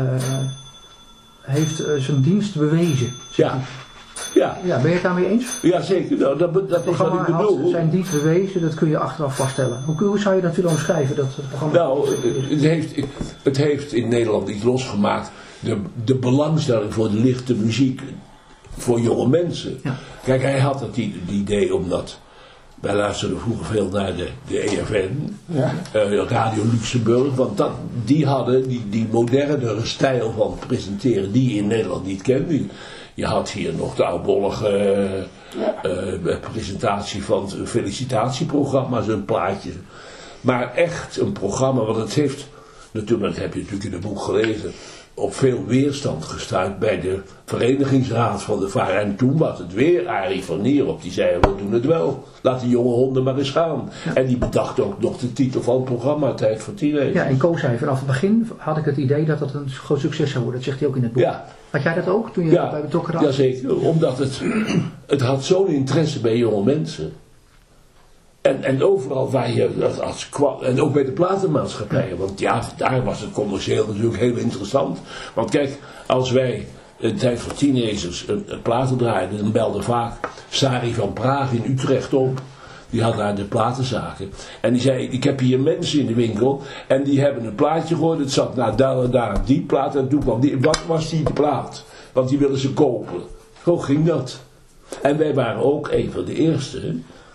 heeft zijn dienst bewezen. Ja. Ja, ben je het daarmee eens? Ja, zeker. Nou, dat is wat ik bedoel. Had zijn dienst bewezen, dat kun je achteraf vaststellen. Hoe zou je dat willen omschrijven? Dat het programma het heeft in Nederland iets losgemaakt. De belangstelling voor de lichte muziek voor jonge mensen. Ja. Kijk, hij had het idee omdat wij luisterden vroeger veel naar de EFN, Radio Luxemburg, want die hadden die modernere stijl van presenteren die je in Nederland niet kende. Je had hier nog de oudbollige presentatie van felicitatieprogramma's, een plaatje. Maar echt een programma, want het heeft, natuurlijk, dat heb je natuurlijk in het boek gelezen, op veel weerstand gestuurd bij de verenigingsraad van de VARA. En toen was het weer Arie van Nierop, die zei, we doen het wel. Laat die jonge honden maar eens gaan. Ja. En die bedacht ook nog de titel van het programma, Tijd voor Teenagers. Ja, en Co zei vanaf het begin, had ik het idee dat het een groot succes zou worden. Dat zegt hij ook in het boek. Ja. Had jij dat ook, toen je daarbij betrokken raakte? Ja, zeker. Omdat het had zo'n interesse bij jonge mensen. En overal waar je als kwam, en ook bij de platenmaatschappijen, want daar was het commercieel natuurlijk heel interessant. Want kijk, als wij een Tijd voor Teenagers een platen draaiden, dan belde vaak Sari van Praag in Utrecht op. Die had daar de platenzaken. En die zei, ik heb hier mensen in de winkel en die hebben een plaatje gehoord. Het zat daar die plaat en toen kwam die. Wat was die plaat? Want die wilden ze kopen. Zo ging dat. En wij waren ook een van de eerste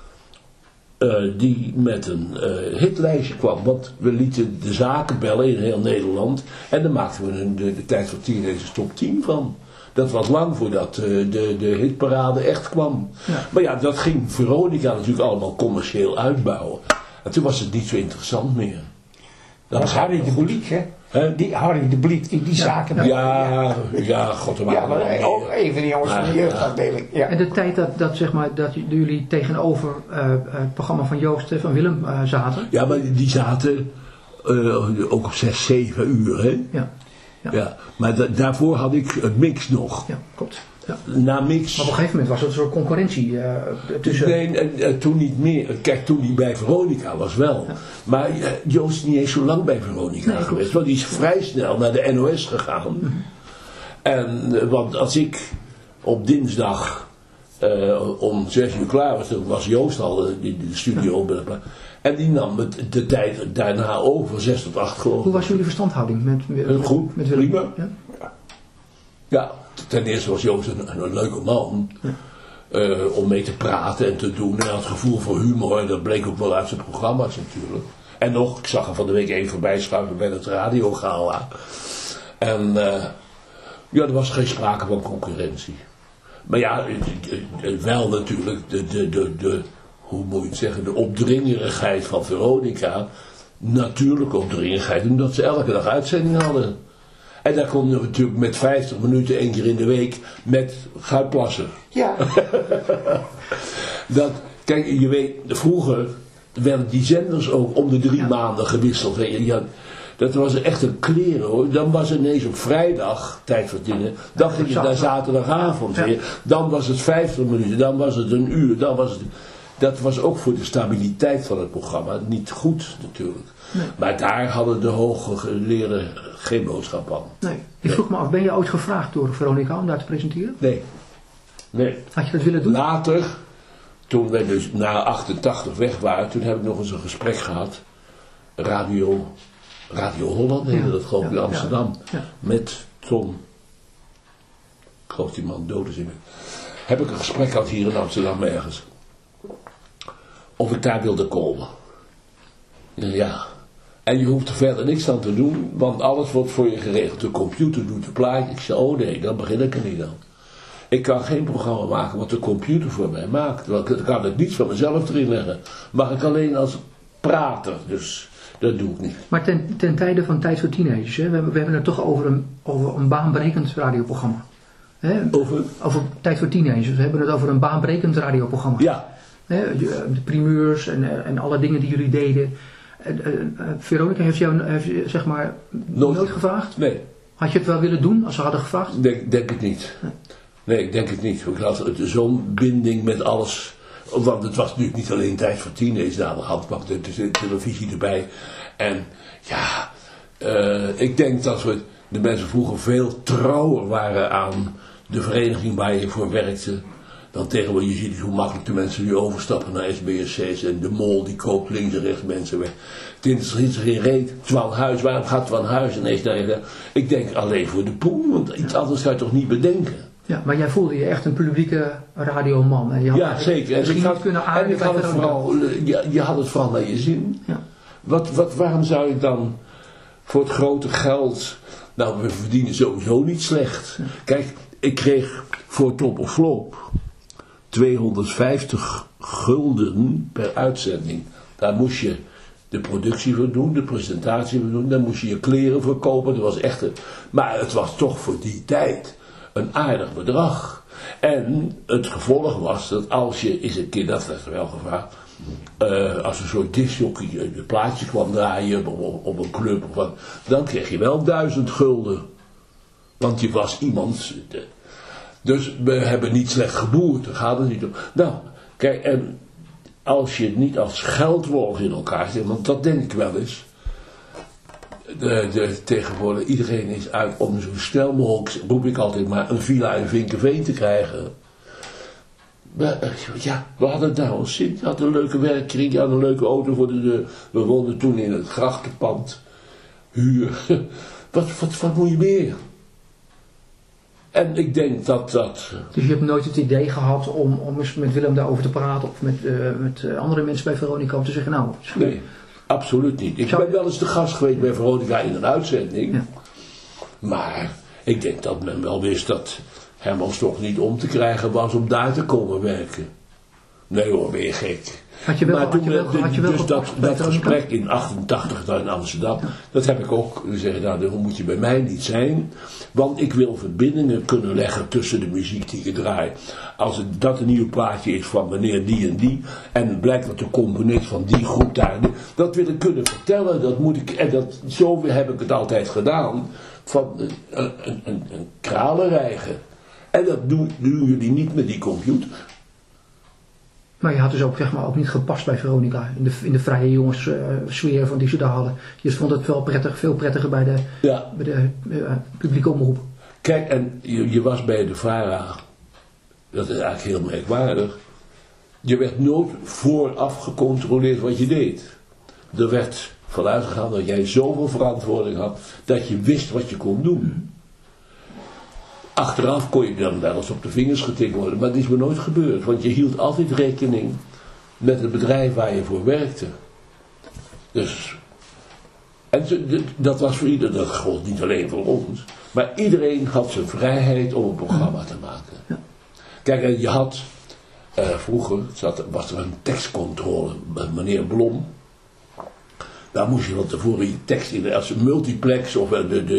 die met een hitlijstje kwam. Want we lieten de zaken bellen in heel Nederland. En dan maakten we de Tijd voor Teenagers top 10 van. Dat was lang voordat de hitparade echt kwam. Ja. Maar ja, dat ging Veronica natuurlijk allemaal commercieel uitbouwen. En toen was het niet zo interessant meer. Dat was Harry de Boliek, hè? Die Harry de Bliek, die zaken... Ja, god te maken. Ja, ook even die jongens van de jeugdafdeling. Ja. En de tijd dat jullie tegenover het programma van Joost van Willem zaten? Ja, maar die zaten ook op 6, 7 uur, hè? Ja. Maar daarvoor had ik een mix nog. Ja, klopt. Ja. Na mix... Maar op een gegeven moment was het een soort concurrentie tussen... Nee, toen niet meer. Kijk, toen hij bij Veronica was wel. Ja. Maar Joost is niet eens zo lang bij Veronica geweest. Want die is vrij snel naar de NOS gegaan. Want als ik op dinsdag om 6 uur klaar was, toen was Joost al in de studio. Ja. En die nam het de tijd daarna over, 6 tot 8 geloof ik. Hoe was jullie verstandhouding met goed, met Willem? Prima. Ja, ten eerste was Joost een leuke man. Om mee te praten en te doen. En hij had gevoel voor humor. En dat bleek ook wel uit zijn programma's natuurlijk. En nog, ik zag hem van de week even voorbij schuiven bij het radiogala. En er was geen sprake van concurrentie. Maar ja, wel natuurlijk hoe moet je het zeggen, de opdringerigheid van Veronica. Natuurlijke opdringerigheid, omdat ze elke dag uitzending hadden. En daar konden we natuurlijk met 50 minuten 1 keer in de week met Guitplassen. Ja. Kijk, je weet, vroeger werden die zenders ook om de 3 maanden gewisseld. Dat was echt een kleren hoor. Dan was het ineens op vrijdag tijd verdienen. Dan ging het naar zaterdagavond weer. Dan was het 50 minuten. Dan was het 1 uur. Dat was ook voor de stabiliteit van het programma niet goed natuurlijk. Nee. Maar daar hadden de hooggeleerden geen boodschap aan. Nee. Ik vroeg me af, ben je ooit gevraagd door Veronica om daar te presenteren? Nee. Had je dat willen doen? Later, toen wij dus na 88 weg waren, toen heb ik nog eens een gesprek gehad. Radio Holland heette dat geloof ik in Amsterdam. Ja. Met Tom. Ik geloof die man dood is in. Heb ik een gesprek gehad hier in Amsterdam ergens. Of ik daar wilde komen. Ja. En je hoeft er verder niks aan te doen, want alles wordt voor je geregeld. De computer doet de plaatje. Ik zei, oh nee, dan begin ik er niet aan. Ik kan geen programma maken wat de computer voor mij maakt. Want ik kan het niet van mezelf erin leggen. Mag ik alleen als prater, dus dat doe ik niet. Maar ten tijde van Tijd voor Teenagers, hè? We hebben het toch over een baanbrekend radioprogramma. Hè? Over Tijd voor Teenagers, we hebben het over een baanbrekend radioprogramma. Ja. Hè? De primeurs en alle dingen die jullie deden. Veronica heeft jou zeg maar nooit gevraagd? Nee. Had je het wel willen doen als ze hadden gevraagd? Denk het niet. Nee, ik denk het niet. Ik had zo'n binding met alles. Want het was natuurlijk niet alleen Tijd voor Teenagers. Daar had de televisie erbij. En ja, ik denk dat de mensen vroeger veel trouwer waren aan de vereniging waar je voor werkte. Dan tegenwoordig, je ziet hoe makkelijk de mensen nu overstappen naar SBSC's en de mol die koopt links en rechts mensen weg. Het interesseert zich geen reet. Twan Huis, waarom gaat Twan Huis ineens naar? Ik denk alleen voor de poen, want iets anders kan je toch niet bedenken. Ja, maar jij voelde je echt een publieke radioman. En je had zeker. En je had het vooral naar je zin. Ja. Waarom zou je dan voor het grote geld... Nou, we verdienen sowieso niet slecht. Ja. Kijk, ik kreeg voor Top of Flop 250 gulden per uitzending. Daar moest je de productie voor doen, de presentatie voor doen. Daar moest je je kleren voor kopen. Dat was echt maar het was toch voor die tijd een aardig bedrag. En het gevolg was dat als je eens een keer, dat werd wel gevraagd, als een soort discjockey de plaatjes kwam draaien op een club, of wat, dan kreeg je wel 1000 gulden. Want je was iemand. Dus we hebben niet slecht geboerd, daar gaat het niet om. Nou, kijk, en als je het niet als geldwolf in elkaar zit, want dat denk ik wel eens. Tegenwoordig, iedereen is uit om zo snel mogelijk, roep ik altijd maar, een villa in Vinkenveen te krijgen. Ja, we hadden daar ons zin. Je had een leuke werkkring, je had een leuke auto voor we woonden toen in het grachtenpand. Huur. Wat moet je meer? En ik denk dat... Dus je hebt nooit het idee gehad om eens met Willem daarover te praten of met andere mensen bij Veronica om te zeggen, nou... Nee, absoluut niet. Ik ben wel eens de gast geweest bij Veronica in een uitzending. Ja. Maar ik denk dat men wel wist dat Hermans toch niet om te krijgen was om daar te komen werken. Nee hoor, ben je gek. Had je wel Dus dat gesprek in 88 in Amsterdam, dat heb ik ook gezegd, nou, dat moet je bij mij niet zijn, want ik wil verbindingen kunnen leggen tussen de muziek die ik draai. Als dat een nieuw plaatje is van meneer die en het blijkt dat de componist van die groep daar, dat wil ik kunnen vertellen, dat moet ik, en zo heb ik het altijd gedaan, van een kralenreiger. En dat doen jullie niet met die computer. Maar je had dus ook, zeg maar, ook niet gepast bij Veronica. In de vrije jongens sfeer van die ze daar hadden. Je vond het wel prettig, veel prettiger bij de publieke omroep. Kijk, en je was bij de VARA. Dat is eigenlijk heel merkwaardig. Je werd nooit vooraf gecontroleerd wat je deed. Er werd vanuit gegaan dat jij zoveel verantwoording had dat je wist wat je kon doen. Achteraf kon je dan wel eens op de vingers getikt worden, maar dat is me nooit gebeurd, want je hield altijd rekening met het bedrijf waar je voor werkte. Dus, en dat was voor iedereen, dat gold niet alleen voor ons, maar iedereen had zijn vrijheid om een programma te maken. Ja. Kijk, en je had, vroeger was er een tekstcontrole met meneer Blom. Daar moest je van tevoren je tekst in, als een multiplex of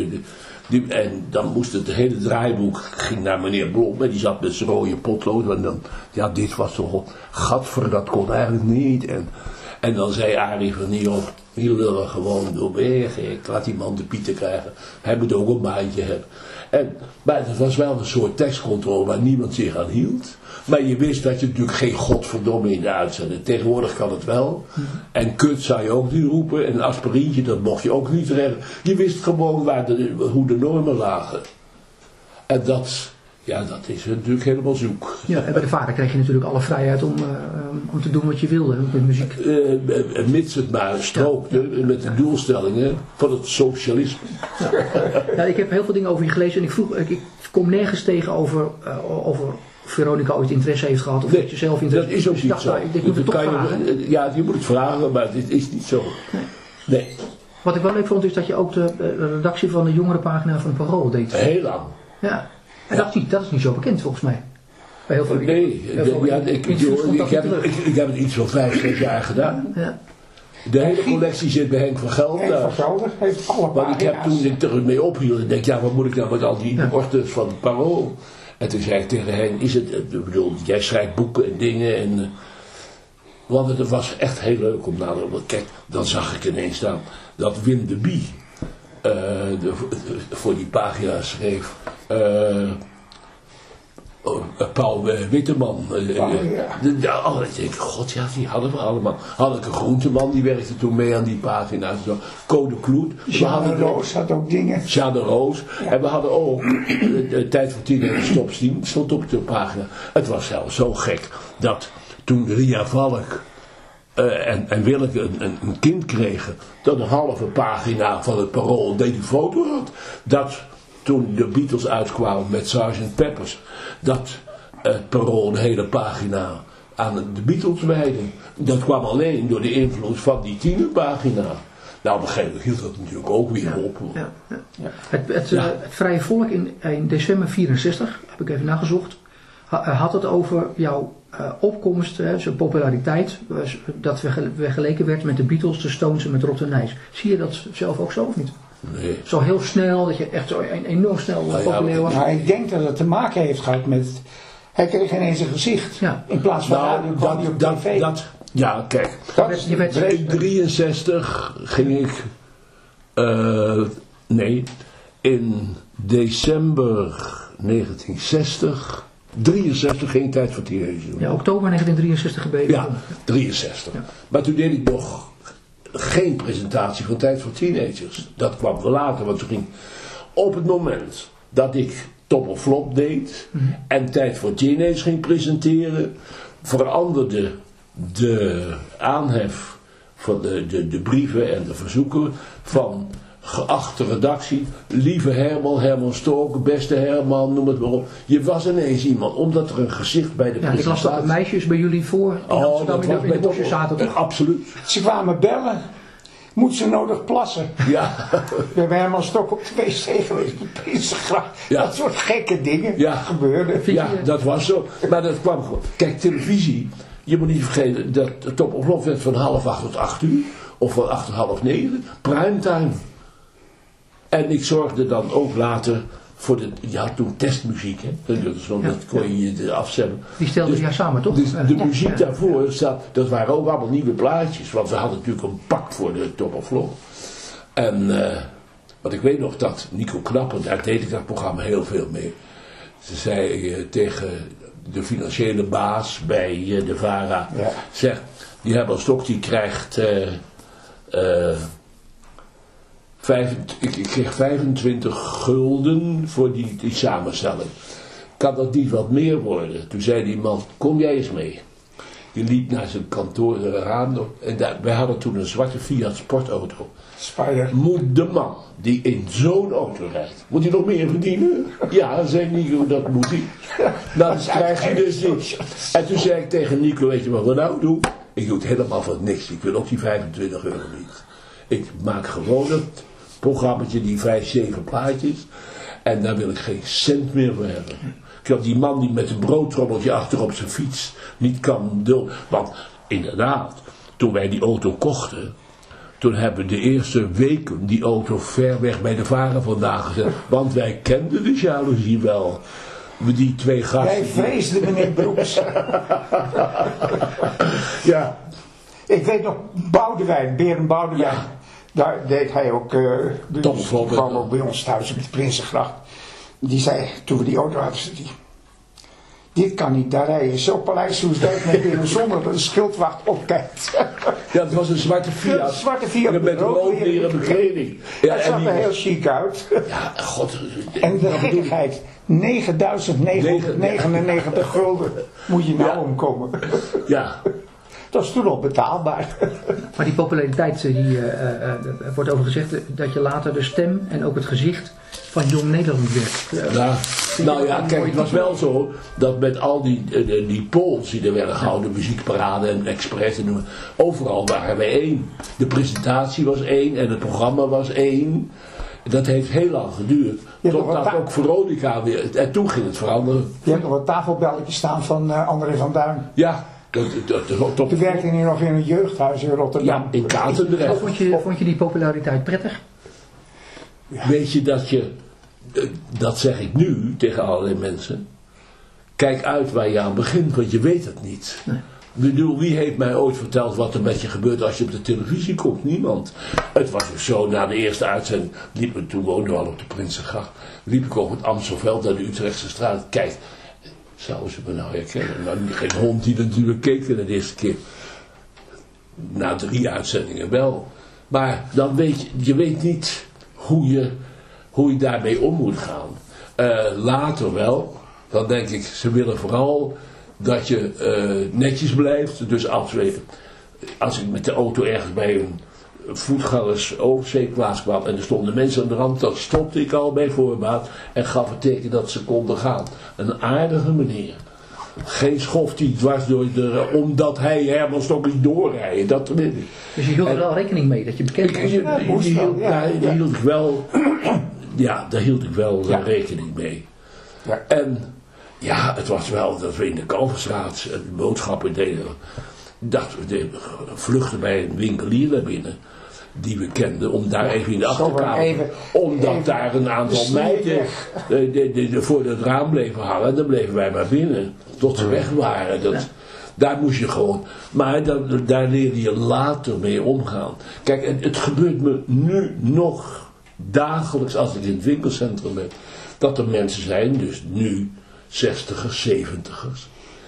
en dan moest het hele draaiboek ging naar meneer Blom en die zat met zijn rode potlood en dan, ja, dit was toch gadver, dat kon eigenlijk niet en dan zei Arie van Nierop, hier willen we gewoon door wegen, ik laat die man de pieten krijgen, hij moet ook een maandje hebben. Maar het was wel een soort tekstcontrole waar niemand zich aan hield. Maar je wist dat je natuurlijk geen godverdomme in de uitzending. Tegenwoordig kan het wel. En kut zou je ook niet roepen. En een aspirintje, dat mocht je ook niet redden. Je wist gewoon hoe de normen lagen. En dat is natuurlijk helemaal zoek. Ja, en bij de VARA kreeg je natuurlijk alle vrijheid om te doen wat je wilde met muziek. Mits het maar strookte met de doelstellingen van het socialisme. Ja, ik heb heel veel dingen over je gelezen en ik kom nergens tegen over Veronica ooit interesse heeft gehad of dat je zelf interesse heeft. Dat is ook niet zo. Ik moet het toch vragen. Je moet het vragen, maar dit is niet zo. Nee. Wat ik wel leuk vond is dat je ook de redactie van de jongerenpagina van Parool deed. Heel lang. Ja. En dat is niet zo bekend volgens mij. Bij heel veel, ik heb het iets van 5-6 jaar gedaan. Ja. De hele collectie zit bij Henk van Gelder. Henk van Gelder heeft alle pagina's. Want ik heb toen ik ermee ophield en denk, wat moet ik nou met al die orders van Parool? En toen zei ik tegen Henk, ik bedoel, jij schrijft boeken en dingen want het was echt heel leuk om naar te kijken. Dan zag ik ineens staan dat Wim de Bie voor die pagina schreef. Paul Witteman. Ik denk, god ja, die hadden we allemaal. Hanneke Groenteman, die werkte toen mee aan die pagina. Code Kloet. Jeanne Roos had ook dingen. Jeanne Roos. Ja. En we hadden ook de Tijd voor 10 en Stopstien stond op de pagina. Het was zelfs zo gek dat toen Ria Valk en Willeke een kind kregen, dat een halve pagina van het Parool die foto had. Dat toen de Beatles uitkwamen met Sgt. Peppers, dat het Parool een hele pagina aan de Beatles wijde. Dat kwam alleen door de invloed van die tienerpagina. Nou, op een gegeven moment hield dat natuurlijk ook weer op. Ja. Het Vrije Volk in december 64, heb ik even nagezocht, had het over jouw opkomst, zijn populariteit, dat vergeleken werd met de Beatles, de Stones en met Rob de Nijs. Zie je dat zelf ook zo of niet? Nee. Zo heel snel, dat je echt zo enorm snel populair was. Maar ik denk dat het te maken heeft gehad met, hij kreeg ineens een gezicht. Ja. In plaats van radio kwam hij op tv. Ja, kijk. In 63 ging ik, in december 1960, 63 ging Tijd voor Teenagers doen. Ja, oktober 1963 gebeden. Ja, 63. Ja. Maar toen deed ik nog geen presentatie van Tijd voor Teenagers. Dat kwam wel later, want toen ging op het moment dat ik Top of Flop deed en Tijd voor Teenagers ging presenteren, veranderde de aanhef van de brieven en de verzoeken van geachte redactie, lieve Herman Stork, beste Herman, noem het maar op. Je was ineens iemand, omdat er een gezicht bij de presentatie... Ik las dat de meisjes bij jullie voor in Amsterdam in de bosjes zaten toch? Absoluut. Ze kwamen bellen. Moet ze nodig plassen? Ja. We hebben Herman Stork op de wc geweest met Prinsengracht. Ja. Dat soort gekke dingen gebeurden. Ja, dat was zo. Maar dat kwam gewoon. Kijk, televisie je moet niet vergeten dat het Top of Love werd van 7:30 tot 8 uur. Of van 8 tot half 9. Primetime. En ik zorgde dan ook later voor je had toen testmuziek, hè? Dat kon je afstemmen. Die stelden jij samen, toch? Dus de muziek daarvoor, dat waren ook allemaal nieuwe plaatjes. Want we hadden natuurlijk een pak voor de Top of Love. En, want ik weet nog dat Nico Knapper, daar deed ik dat programma heel veel mee. Ze zei tegen de financiële baas bij de VARA, zeg, die Herman Stok die krijgt... ik kreeg 25 gulden voor die samenstelling. Kan dat niet wat meer worden? Toen zei die man, kom jij eens mee. Die liep naar zijn kantoor eraan. En wij hadden toen een zwarte Fiat sportauto. Spider. Moet de man die in zo'n auto rijdt, moet hij nog meer verdienen? Ja, zei Nico, dat moet hij. Nou, dat krijg je dus niet. En toen zei ik tegen Nico, weet je wat we nou doen? Ik doe het helemaal van niks. Ik wil ook die 25 euro niet. Ik maak gewoon het programmaatje, die 5-7 plaatjes. En daar wil ik geen cent meer voor hebben. Ik had die man die met een broodtrommeltje achter op zijn fiets niet kan doen. Want inderdaad, toen wij die auto kochten, toen hebben we de eerste weken die auto ver weg bij de VARA vandaan gezet. Want wij kenden de jaloezie wel. Die twee gasten. Wij vreesden meneer Broeks. Ja. Ik weet nog, Boudewijn, Berend Boudewijn. Ja. Daar deed hij ook, kwam ook bij ons thuis op de Prinsengracht. Die zei, toen we die auto hadden, dit kan niet, daar rijden zo Paleis Soesdijk mee binnen zonder dat een schildwacht opkijkt. Ja, het was een zwarte Fiat. Een zwarte Fiat met rood leren bekleding. Ja, het zag er heel chic uit. Ja, god. En de gekkigheid, 9.999 gulden moet je nou omkomen. Ja. Dat is toen al betaalbaar. Maar die populariteit, die wordt over gezegd dat je later de stem en ook het gezicht van Jong Nederland werd. Nou ja, kijk, het was wel zo dat met al die polls die er werden gehouden, muziekparade en Express en noemen, overal waren we één. De presentatie was één en het programma was één. Dat heeft heel lang geduurd. Totdat ook Veronica weer, en toen ging het veranderen. Je hebt nog een tafelbelletje staan van André van Duin. Ja. Toen werkte hij nog in een jeugdhuis in Rotterdam. Ja, in Katendrecht. Vond je die populariteit prettig? Ja. Weet je dat zeg ik nu tegen allerlei mensen. Kijk uit waar je aan begint, want je weet het niet. Nee. Ik bedoel, wie heeft mij ooit verteld wat er met je gebeurt als je op de televisie komt? Niemand. Het was dus zo, na de eerste uitzending liepen, toen woonden we al op de Prinsengracht, liep ik over het Amstelveld naar de Utrechtse straat. Kijk, zouden ze me nou herkennen? Nou, geen hond die natuurlijk keek de eerste keer. Na 3 uitzendingen wel. Maar dan weet je weet niet hoe je daarmee om moet gaan. Later wel. Dan denk ik, ze willen vooral dat je netjes blijft. Dus als ik met de auto ergens bij een voetgangers oversteekplaats kwam en er stonden mensen aan de rand, dan stopte ik al bij voorbaat en gaf het teken dat ze konden gaan. Een aardige meneer. Geen schoft die dwars door omdat hij Herman Stok is doorrijden. Dat weet ik. Dus je hield er wel rekening mee dat je bekend was? Daar hield ik wel rekening mee. Ja. En ja, het was wel dat we in de Kalverstraat boodschappen deden. Dat we vluchten bij een winkelier naar binnen die we kenden, om daar even in de achterkamer, omdat daar een aantal meiden voor het raam bleven hangen, dan bleven wij maar binnen tot ze weg waren. Daar moest je gewoon, maar daar leerde je later mee omgaan. Kijk, het gebeurt me nu nog dagelijks als ik in het winkelcentrum ben, dat er mensen zijn, dus nu 60ers, 70ers,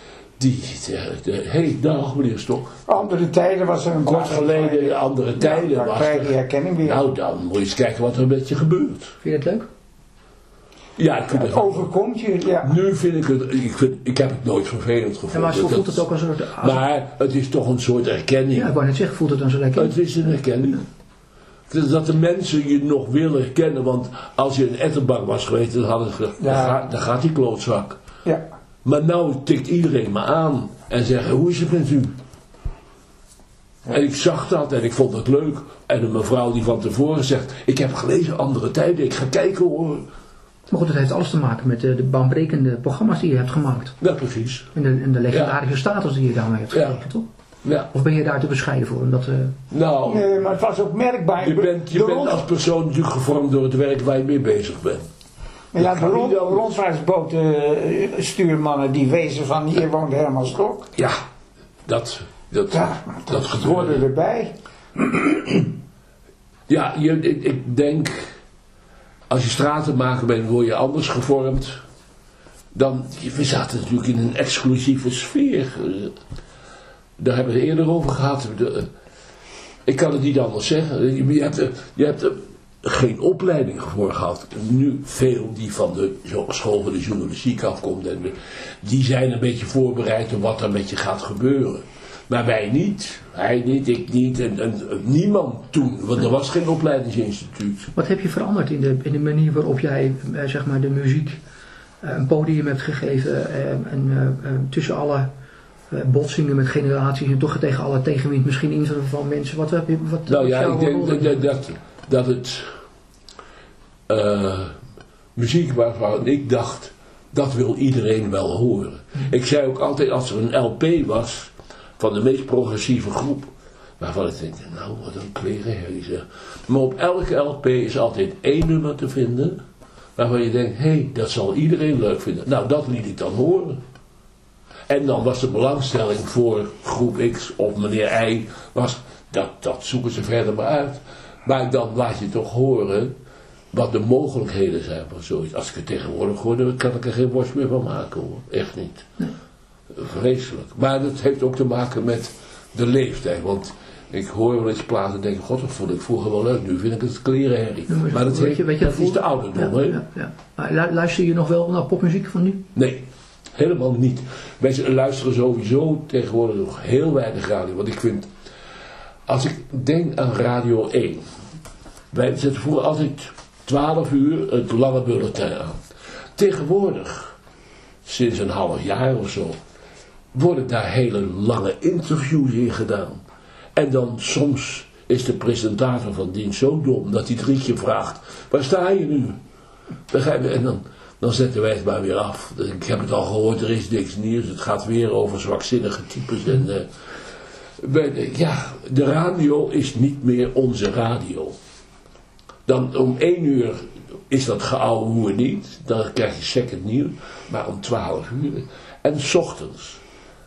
hey, dag meneer Stok. Andere tijden was er een kort geleden, andere tijden was er. Die herkenning weer. Nou, dan moet je eens kijken wat er met je gebeurt. Vind je het leuk? Ja, ik vind het overkomt je, ja. Nu vind ik het, ik heb het nooit vervelend gevonden. Ja, maar zo voelt het ook als een soort... Maar het is toch een soort erkenning. Ja, ik wou net zeggen, voelt het dan zo'n erkenning? Het is een erkenning. Dat de mensen je nog willen herkennen, want als je in Ettenbak was geweest, dan hadden ze gezegd, daar gaat die klootzak. Ja. Maar nou tikt iedereen me aan en zegt, hoe is het met u? Ja. En ik zag dat en ik vond het leuk. En een mevrouw die van tevoren zegt, ik heb gelezen andere tijden, ik ga kijken hoor. Maar goed, dat heeft alles te maken met de baanbrekende programma's die je hebt gemaakt. Ja, precies. En de legendarische status die je daarmee hebt gekregen, toch? Ja. Of ben je daar te bescheiden voor? Omdat, Nou, nee, maar het was ook merkbaar. Je bent als persoon natuurlijk gevormd door het werk waar je mee bezig bent. Ja, de rondvaartbotenstuurmannen die wezen van hier woont Herman Schok. Ja, dat hoorde erbij. Ja, ik denk, als je stratenmaker bent, word je anders gevormd. We zaten natuurlijk in een exclusieve sfeer. Daar hebben we het eerder over gehad. Ik kan het niet anders zeggen. Je hebt er geen opleiding voor gehad. Nu veel die van de school van de journalistiek afkomt. En die zijn een beetje voorbereid op wat er met je gaat gebeuren. Maar wij niet. Hij niet, ik niet. En niemand toen. Want er was geen opleidingsinstituut. Wat heb je veranderd in de manier waarop jij zeg maar de muziek een podium hebt gegeven. Tussen alle botsingen met generaties. En toch tegen alle tegenwind misschien in van mensen. Wat nou ja, ik denk dat het muziek waarvan ik dacht, dat wil iedereen wel horen. Ik zei ook altijd, als er een LP was van de meest progressieve groep, waarvan ik denk, nou wat een klerenherrie zeg. Maar op elke LP is altijd één nummer te vinden waarvan je denkt, hé, dat zal iedereen leuk vinden. Nou, dat liet ik dan horen. En dan was de belangstelling voor groep X of meneer Y, dat zoeken ze verder maar uit. Maar dan laat je toch horen wat de mogelijkheden zijn van zoiets. Als ik het tegenwoordig hoor, dan kan ik er geen worst meer van maken hoor. Echt niet. Nee. Vreselijk. Maar dat heeft ook te maken met de leeftijd. Want ik hoor wel eens platen en denk, god, dat vond ik vroeger wel leuk. Nu vind ik het klerenherrie. Ja, maar dat is de ouderdom. Ja. Maar luister je nog wel naar popmuziek van nu? Nee. Helemaal niet. Mensen luisteren sowieso tegenwoordig nog heel weinig radio. Want ik vind, als ik denk aan Radio 1. Wij zetten vroeger altijd 12 uur het lange bulletin aan. Tegenwoordig, sinds een half jaar of zo, worden daar hele lange interviews in gedaan. En dan soms is de presentator van dienst zo dom dat hij 3 keer vraagt, waar sta je nu? Begrijp je? En dan zetten wij het maar weer af. Ik heb het al gehoord, er is niks nieuws. Het gaat weer over zwakzinnige types. En, de radio is niet meer onze radio. Dan om 1 uur is dat geouwe hoer niet. Dan krijg je second nieuws. Maar om 12 uur. En 's ochtends.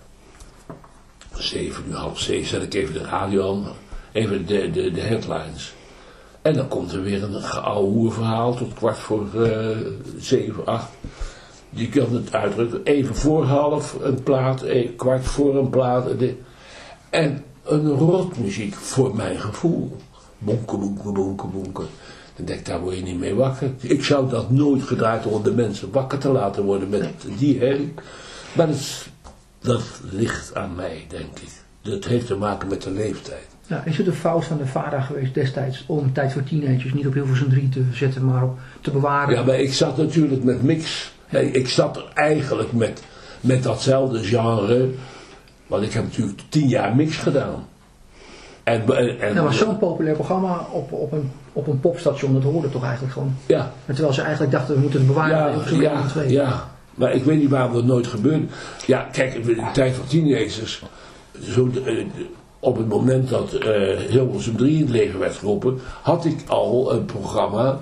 7 uur, half 7 zet ik even de radio aan. Even de headlines. En dan komt er weer een geouwe hoerverhaal tot 7:15, 8. Je kan het uitdrukken. Even voor half een plaat, 15:15 een plaat. En een rotmuziek voor mijn gevoel. Bonken, bonken, bonken, bonken. Dan denk ik, daar word je niet mee wakker. Ik zou dat nooit gedraaid om de mensen wakker te laten worden met die herrie. Maar dat ligt aan mij, denk ik. Dat heeft te maken met de leeftijd. Ja, is het een fout van de VARA geweest destijds om Tijd voor Teenagers niet op Hilversum 3 te zetten, maar op te bewaren? Ja, maar ik zat natuurlijk met mix. Ik zat er eigenlijk met datzelfde genre. Want ik heb natuurlijk 10 jaar mix gedaan. Dat was zo'n populair programma op een popstation, dat hoorde toch eigenlijk gewoon. Ja. Terwijl ze eigenlijk dachten, we moeten het bewaren. Ja, maar ik weet niet waarom dat nooit gebeurde. Ja, kijk, in de Tijd voor Teenagers, op het moment dat Hilversum 3 in het leven werd geroepen, had ik al een programma,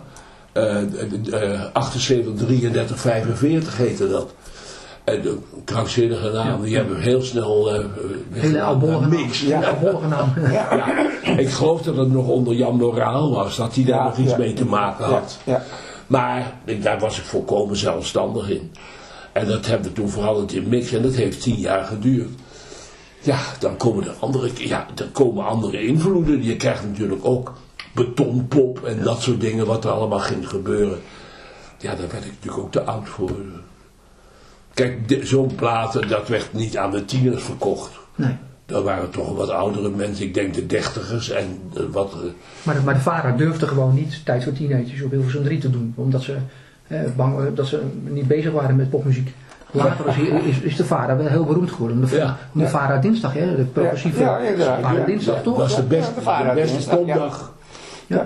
78, 33, 45 heette dat. En de krankzinnige naam, die hebben heel snel hele albollige naam. Ja, ik geloof dat het nog onder Jan Moraal was, dat hij daar nog iets mee te maken had. Ja. Maar daar was ik volkomen zelfstandig in. En dat hebben we toen veranderd in mix en dat heeft 10 jaar geduurd. Ja, dan komen andere invloeden. Je krijgt natuurlijk ook betonpop en dat soort dingen wat er allemaal ging gebeuren. Ja, daar werd ik natuurlijk ook te oud voor. Kijk, zo'n platen, dat werd niet aan de tieners verkocht. Nee. Dat waren toch wat oudere mensen, ik denk de 30ers en wat... Maar de VARA durfde gewoon niet Tijd voor Teenagers op Hilversum 3 te doen. Omdat ze bang dat ze niet bezig waren met popmuziek. Later is de VARA wel heel beroemd geworden. De VARA dinsdag, hè? De progressieve VARA dinsdag, toch? Dat was de beste zondag. Ja.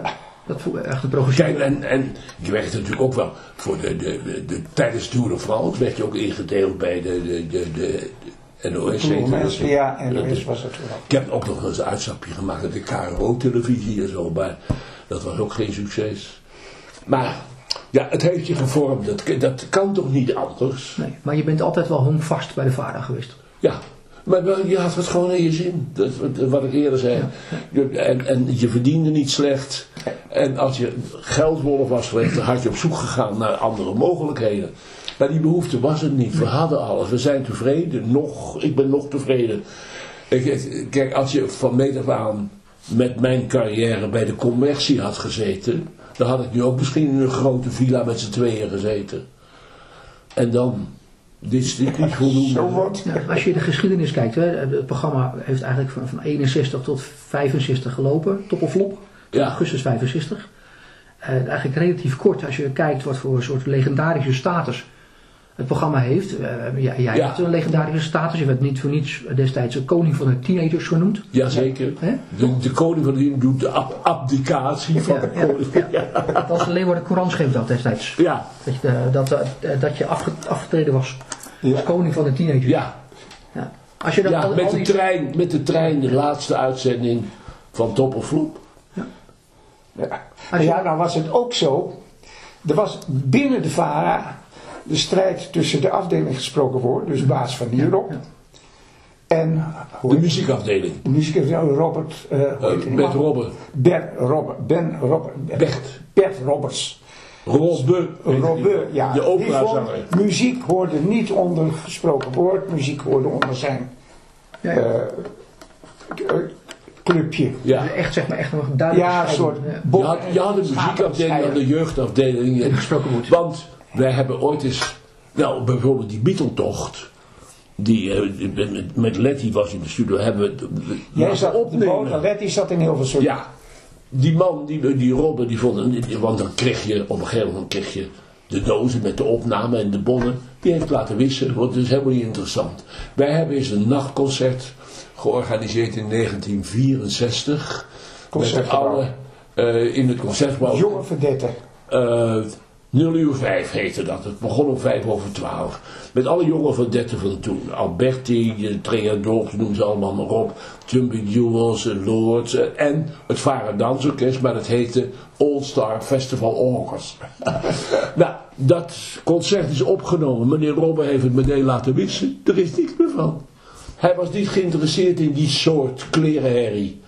Dat echt een progressieve... Kijk, en je werd natuurlijk ook wel voor tijdens Tour de France werd je ook ingedeeld bij de NOS. Ja, NOS was het wel. Ik heb ook nog eens een uitstapje gemaakt met de KRO-televisie en zo, maar dat was ook geen succes. Maar ja, het heeft je gevormd, dat kan toch niet anders? Nee, maar je bent altijd wel hongvast bij de VARA geweest. Ja. Maar je had het gewoon in je zin. Dat, wat ik eerder zei. Ja. En je verdiende niet slecht. En als je geldwolf was geweest, dan had je op zoek gegaan naar andere mogelijkheden. Maar die behoefte was het niet. We hadden alles. We zijn tevreden. Ik ben nog tevreden. Kijk, als je van meet af aan met mijn carrière bij de commercie had gezeten, dan had ik nu ook misschien in een grote villa met z'n tweeën gezeten. En dan... Dit is niet voldoende. Ja, als je de geschiedenis kijkt, het programma heeft eigenlijk van 61 tot 65 gelopen, top of flop, augustus 65. Eigenlijk relatief kort als je kijkt wat voor een soort legendarische status het programma heeft. Jij hebt een legendarische status, je werd niet voor niets destijds de koning van de teenagers genoemd. Jazeker. De koning van de doet de abdicatie van de koning. Ja. Dat was de Leeuwarden Courant schreef dat destijds. Ja. Dat je afgetreden was als koning van de teenagers. Ja. Als je dan met de trein de laatste uitzending van Top of Flop. Ja, nou was het ook zo. Er was binnen de VARA de strijd tussen de afdeling gesproken woord, dus baas van hierop. En de muziekafdeling. De muziekafdeling, Robert. Bert Roberts. Robbe, ja. De operazanger. Muziek hoorde niet onder gesproken woord, muziek hoorde onder zijn clubje. Ja. Dus echt, zeg maar, echt nog een duidelijke soort. Je had de muziekafdeling en de jeugdafdeling. Gesproken woord. Want wij hebben ooit eens, nou bijvoorbeeld die Beatle-tocht, die met Letty was in de studio, hebben we jij zat opnemen. Letty zat in Hilversum. Ja, die man, die Robbe, die vond, want dan kreeg je op een gegeven moment de dozen met de opname en de bonnen, die heeft laten wissen, want het is helemaal niet interessant. Wij hebben eens een nachtconcert georganiseerd in 1964. Concertgebouw. In het concertgebouw. Jonge verdetten. 0:05 heette dat. Het begon om 11:55. Met alle jonge verdetten van toen. Alberti, Trea Dogs, noem ze allemaal maar op. Jumping Jewels, Lords en het Vara Dansorkest. Maar het heette All Star Festival Orchestra. Nou, dat concert is opgenomen. Meneer Robbe heeft het meteen laten wissen. Er is niks meer van. Hij was niet geïnteresseerd in die soort klerenherrie.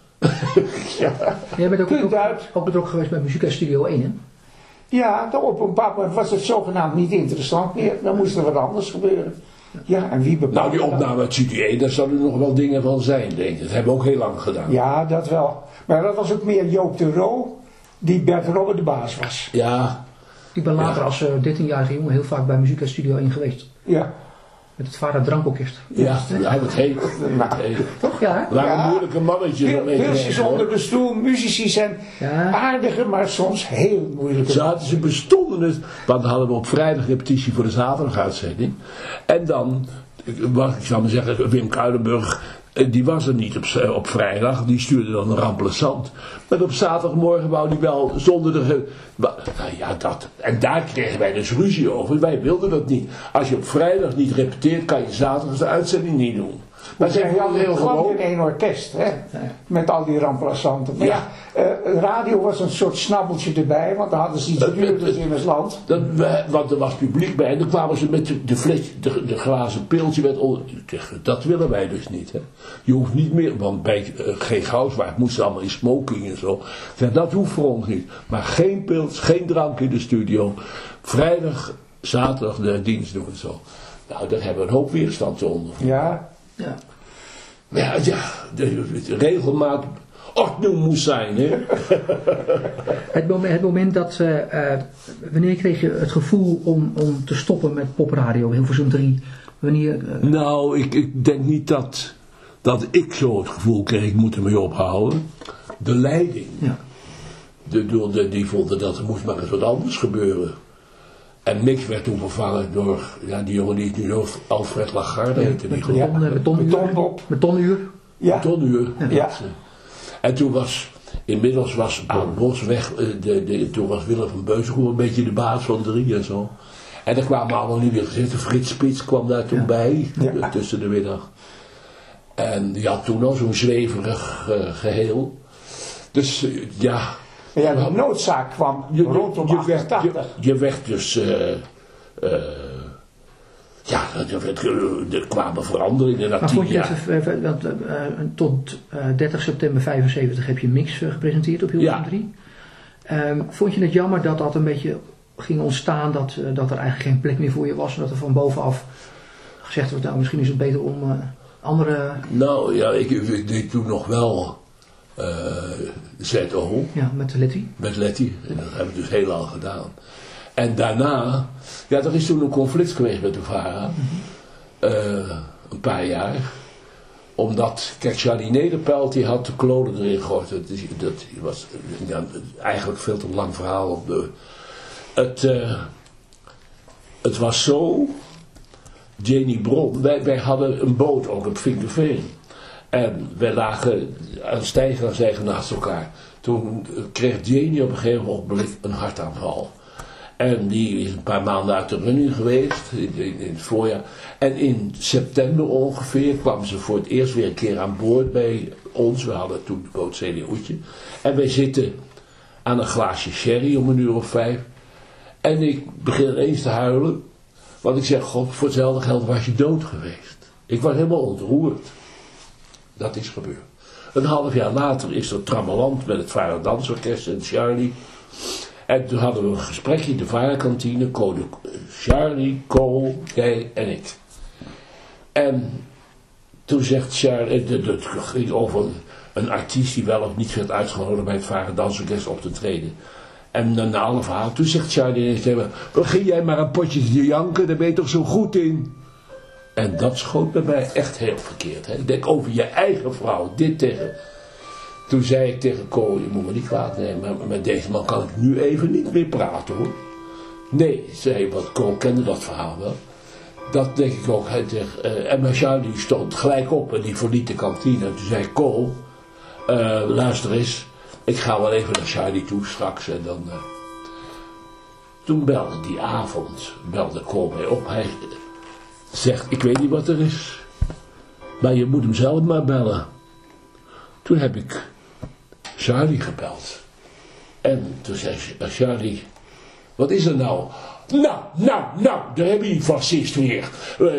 Jij bent ook betrokken geweest bij Muziek Studio 1, hè? Ja, op een bepaald moment was het zogenaamd niet interessant meer. Dan moest er wat anders gebeuren. Ja, en wie bepaalt nou, die opname uit Studio 1, daar zouden er nog wel dingen van zijn, denk ik. Dat hebben we ook heel lang gedaan. Ja, dat wel. Maar dat was ook meer Joop de Roo, die Bert Robbe de baas was. Ja. Ik ben later als 13-jarige jongen heel vaak bij Muziek Studio 1 geweest. Ja. Met het Vara Drankorkest. Ja, het heet. Toch, ja? Het waren moeilijke mannetjes om mee te Pilsjes onder de stoel, muzici zijn aardige, maar soms heel moeilijke. Ze bestonden het, want dan hadden we op vrijdag repetitie voor de zaterdaguitzending. En dan, ik zou maar zeggen, Wim Kuilenburg, die was er niet op vrijdag, die stuurde dan een remplaçant. Maar op zaterdagmorgen wou die wel zonder de... Nou ja, dat. En daar kregen wij dus ruzie over. Wij wilden dat niet. Als je op vrijdag niet repeteert, kan je zaterdag de uitzending niet doen. Maar ze hadden heel gewoon in één orkest, hè? Met al die remplaçanten. Maar radio was een soort snabbeltje erbij, want dan hadden ze iets duurders in het land. Want er was publiek bij en dan kwamen ze met de glazen piltje met onder. Dat willen wij dus niet. Hè. Je hoeft niet meer, want bij geen Goudswaard moesten allemaal in smoking en zo. Dat hoeft voor ons niet. Maar geen pils, geen drank in de studio. Vrijdag, zaterdag de dienst doen en zo. Nou, daar hebben we een hoop weerstand onder. Ja. Ja. Maar ja, de regelmaat ordnung moest zijn. Hè? Het moment dat, wanneer kreeg je het gevoel om te stoppen met popradio, Hilversum 3? Wanneer, Nou, ik denk niet dat ik zo het gevoel kreeg, ik moet ermee ophouden. De leiding, die vonden dat er moest maar eens wat anders gebeuren. En Mix werd toen vervangen door die jongen die het nu Alfred Lagarde heette. Betonuur. Ja. Betonuur. Ja. En toen was Inmiddels was Aad Bos weg, toen was Willem van Beuzenkoem een beetje de baas van 3 en zo. En er kwamen allemaal nieuwe gezichten. Frits Spits kwam daar toen bij, tussen de middag. En die had toen al zo'n zweverig geheel. Dus ja... Ja, de noodzaak kwam rondom 88. Je werd dus... er kwamen veranderingen. Maar vond je tot 30 september 75 heb je Mix gepresenteerd op Hilversum 3. Vond je het jammer dat dat een beetje ging ontstaan, dat er eigenlijk geen plek meer voor je was, en dat er van bovenaf gezegd wordt, nou misschien is het beter om andere... Nou ja, ik deed toen nog wel ZO. Ja, met Letty. Met Letty, en dat hebben we dus heel lang gedaan. En daarna, ja, er is toen een conflict geweest met de VARA, een paar jaar. Omdat, kijk, Charlie Nederpelt die had de klonen erin gegooid. Dat was eigenlijk veel te lang verhaal. Het was zo, Jenny Bron, wij hadden een boot ook op Vinkerveen. En wij lagen aan stijger en zijgen naast elkaar. Toen kreeg Jenny op een gegeven ogenblik een hartaanval. En die is een paar maanden uit de running geweest, in het voorjaar. En in september ongeveer kwam ze voor het eerst weer een keer aan boord bij ons. We hadden toen de boot CDO'tje. En wij zitten aan een glaasje sherry om 5:00. En ik begin ineens te huilen. Want ik zeg, god, voor hetzelfde geld was je dood geweest. Ik was helemaal ontroerd. Dat is gebeurd. Een half jaar later is er trammeland met het VARA Dansorkest en Charlie. En toen hadden we een gesprekje in de VARA-kantine. Charlie, Cole, jij en ik. En toen zegt Charlie, het ging over een artiest die wel of niet werd uitgenodigd bij het VARA Dansorkest op te treden. En na alle verhaal, toen zegt Charlie tegen me, begin jij maar een potje te janken, daar ben je toch zo goed in. En dat schoot bij mij echt heel verkeerd. Hè? Ik denk over je eigen vrouw, dit tegen... Toen zei ik tegen Cole, je moet me niet kwaad nemen, maar met deze man kan ik nu even niet meer praten hoor. Nee, zei hij, want Cole kende dat verhaal wel. Dat denk ik ook. En mijn Charlie stond gelijk op en die verliet de kantine. En toen zei Cole, luister eens, ik ga wel even naar Charlie toe straks. En dan, toen belde die avond, Cole mij op. Hij zegt, ik weet niet wat er is, maar je moet hem zelf maar bellen. Toen heb ik Charlie gebeld. En toen zei Charlie, wat is er nou? Nou, daar heb je die fascist weer.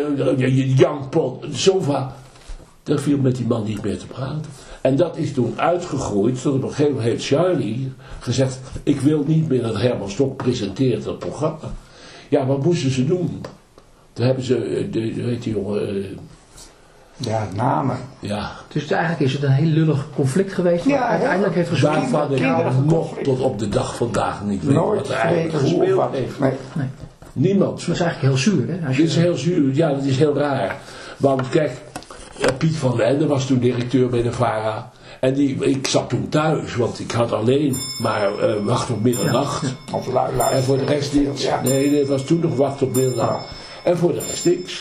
Jan Pol, sofa. Daar viel met die man niet meer te praten. En dat is toen uitgegroeid, tot op een gegeven moment heeft Charlie gezegd, ik wil niet meer dat Herman Stok presenteert dat programma. Ja, wat moesten ze doen? Toen hebben ze, weet je jongen... Ja, namen. Ja. Dus eigenlijk is het een heel lullig conflict geweest. Ja, uiteindelijk heeft gezorgd. Waarvan ik nog tot op de dag vandaag niet weet wat er eigenlijk gespeeld heeft. Nee. Niemand. Dat is eigenlijk heel zuur, hè? Dit is heel zuur, ja, dat is heel raar. Want kijk, Piet van den Ende was toen directeur bij de VARA. En ik zat toen thuis, want ik had alleen maar Wacht op middernacht. Ja. Of lui. En voor de rest niks. Ja. Nee, het was toen nog Wacht op middernacht. Ja. En voor de rest niks.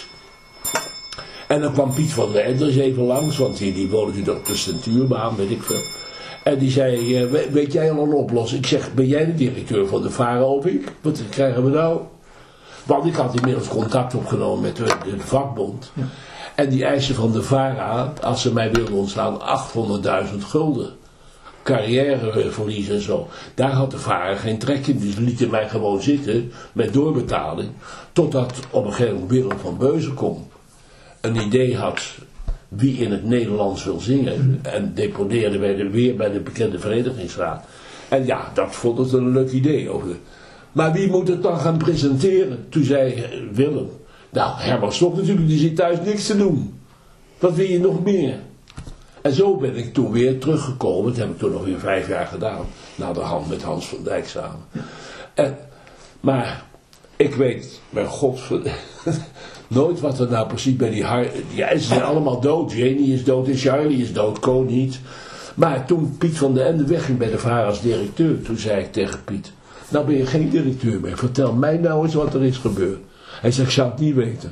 En dan kwam Piet van den Ende eens even langs, want die woonde natuurlijk op de Centuurbaan, weet ik veel. En die zei, weet jij al een oplossing? Ik zeg, ben jij de directeur van de VARA of ik? Wat krijgen we nou? Want ik had inmiddels contact opgenomen met de vakbond. Ja. En die eisen van de VARA, als ze mij wilden ontslaan, 800.000 gulden. Carrièreverlies en zo. Daar had de VARA geen trek in, dus lieten mij gewoon zitten met doorbetaling. Totdat op een gegeven moment Willem van Beuzenkom een idee had wie in het Nederlands wil zingen. En deponeerde wij weer bij de bekende verenigingsraad. En ja, dat vond het een leuk idee. Maar wie moet het dan gaan presenteren? Toen zei Willem, nou Herman Stok natuurlijk, die zit thuis niks te doen. Wat wil je nog meer? En zo ben ik toen weer teruggekomen. Dat heb ik toen nog weer 5 jaar gedaan. Na de hand met Hans van Dijk samen. Maar ik weet, mijn god, nooit wat er nou precies bij ze zijn allemaal dood. Jenny is dood en Charlie is dood, Ko niet. Maar toen Piet van den Ende wegging bij de VARA als directeur, toen zei ik tegen Piet, nou ben je geen directeur meer. Vertel mij nou eens wat er is gebeurd. Hij zegt, ik zou het niet weten.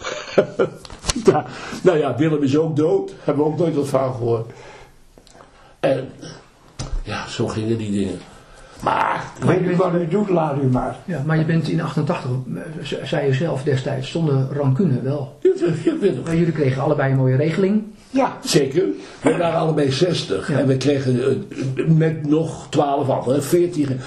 Ja, nou ja, Willem is ook dood. Hebben we ook nooit wat van gehoord. En Zo gingen die dingen. Maar weet u wat u doet, laat u maar. Ja, maar je bent in 88, zei je zelf destijds, zonder rancune wel. Maar jullie kregen allebei een mooie regeling. Ja. Zeker. We waren allebei 60 en we kregen met nog 12 anderen, 14.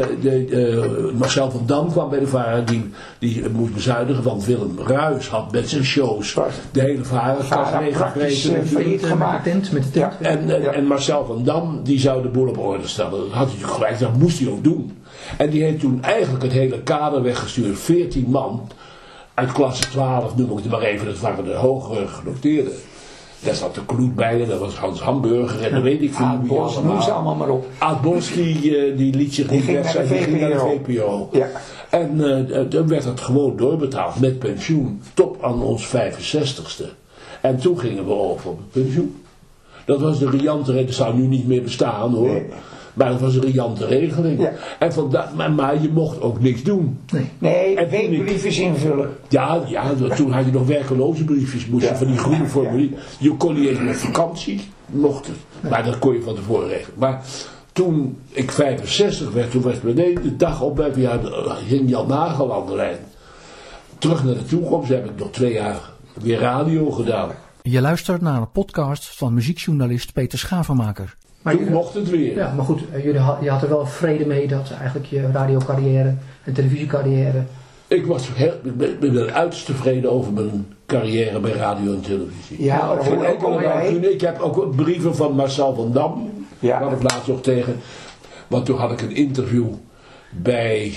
Marcel van Dam kwam bij de VARA, die moest bezuinigen, want Willem Ruijs had met zijn shows de hele VARA failliet gemaakt. Met de tent. En Marcel van Dam, die zou de boel op orde stellen. Dat had hij natuurlijk gelijk, dat moest hij ook doen. En die heeft toen eigenlijk het hele kader weggestuurd, 14 man, uit klasse 12, noem ik het maar even, dat waren de hogere genoteerden. Daar zat de Kloet bij, dat was Hans Hamburger en dan weet ik veel wie allemaal. Noem ze allemaal maar op. Aad Borski, die liet zich niet wegzetten, die ging naar de VPO. Ja. En dan werd het gewoon doorbetaald met pensioen tot aan ons 65ste. En toen gingen we over op het pensioen. Dat was de riante, dat zou nu niet meer bestaan hoor. Nee. Maar dat was een riante regeling. Ja. En maar je mocht ook niks doen. Nee, weekbriefjes invullen. Ja, toen had je nog werkeloze briefjes. Moest je van die groene formulier. Je kon niet eens met vakantie. Mocht het. Maar dat kon je van tevoren regelen. Maar toen ik 65 werd, toen werd meteen de dag op. Hing Jan Nagel aan de lijn. Terug naar de toekomst heb ik nog 2 jaar weer radio gedaan. Je luistert naar een podcast van muziekjournalist Peter Schavenmaker. Maar toen mocht het weer. Ja, maar goed, je had er wel vrede mee dat eigenlijk je radiocarrière en televisiecarrière... Ik ben uiterst tevreden over mijn carrière bij radio en televisie. Ja, ik heb ook brieven van Marcel van Dam. Ja. Daar had ik laatst nog tegen. Want toen had ik een interview bij...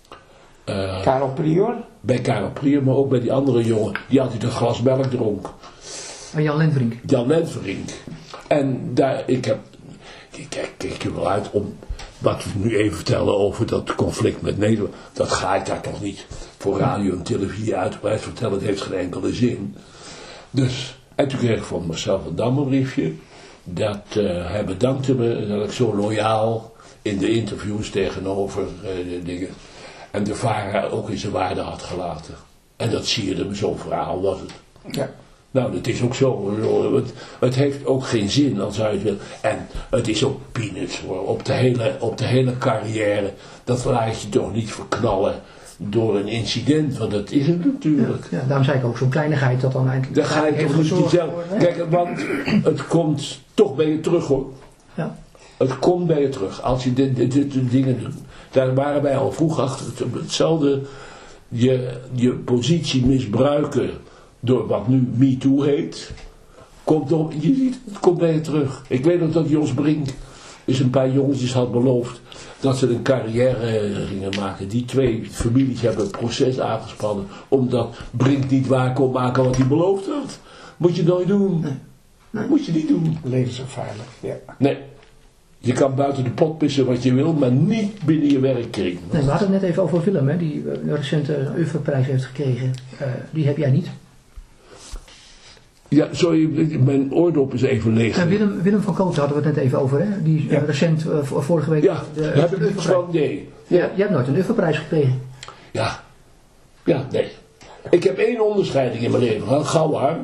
Karel Prior? Bij Karel Prior, maar ook bij die andere jongen. Die altijd een glas melk dronk. Jan Lenverink. Jan Lenverink. En daar, ik kijk er wel uit om wat we nu even vertellen over dat conflict met Nederland. Dat ga ik daar toch niet voor radio en televisie uitgebreid vertellen. Het heeft geen enkele zin. Dus, en toen kreeg ik van Marcel van Dam een briefje. Dat hij bedankte me dat ik zo loyaal in de interviews tegenover de dingen. En de VARA ook in zijn waarde had gelaten. En dat sierde me, zo'n verhaal was het. Ja. Nou, dat is ook zo. Het heeft ook geen zin als hij het wil. En het is ook peanuts hoor. Op de hele carrière. Dat laat je toch niet verknallen door een incident. Want dat is het natuurlijk. Ja, daarom zei ik ook zo'n kleinigheid dat dan eindelijk... Dan ga je toch niet zelf... Kijk, want het komt toch bij je terug hoor. Ja. Het komt bij je terug. Als je de dingen doet. Daar waren wij al vroeg achter. Hetzelfde. Je positie misbruiken... door wat nu MeToo heet, je ziet, het komt bij je terug. Ik weet nog dat Jos Brink dus een paar jongetjes had beloofd dat ze een carrière gingen maken. Die 2 families hebben een proces aangespannen omdat Brink niet waar kon maken wat hij beloofd had. Moet je nooit doen. Nee. Moet je niet doen. Levensgevaarlijk, ja. Nee. Je kan buiten de pot pissen wat je wil, maar niet binnen je werkkring. Nee, we hadden het net even over Willem, hè, die recent een Oeuvreprijs heeft gekregen. Die heb jij niet. Ja, sorry, mijn oordop is even leeg. Willem van Kooten hadden we het net even over, hè? Die recent, vorige week... Ja, heb ik niets van, nee. Ja. Je hebt nooit een Oeuvreprijs gekregen. Ja, nee. Ik heb 1 onderscheiding in mijn leven gehad, gouden harm.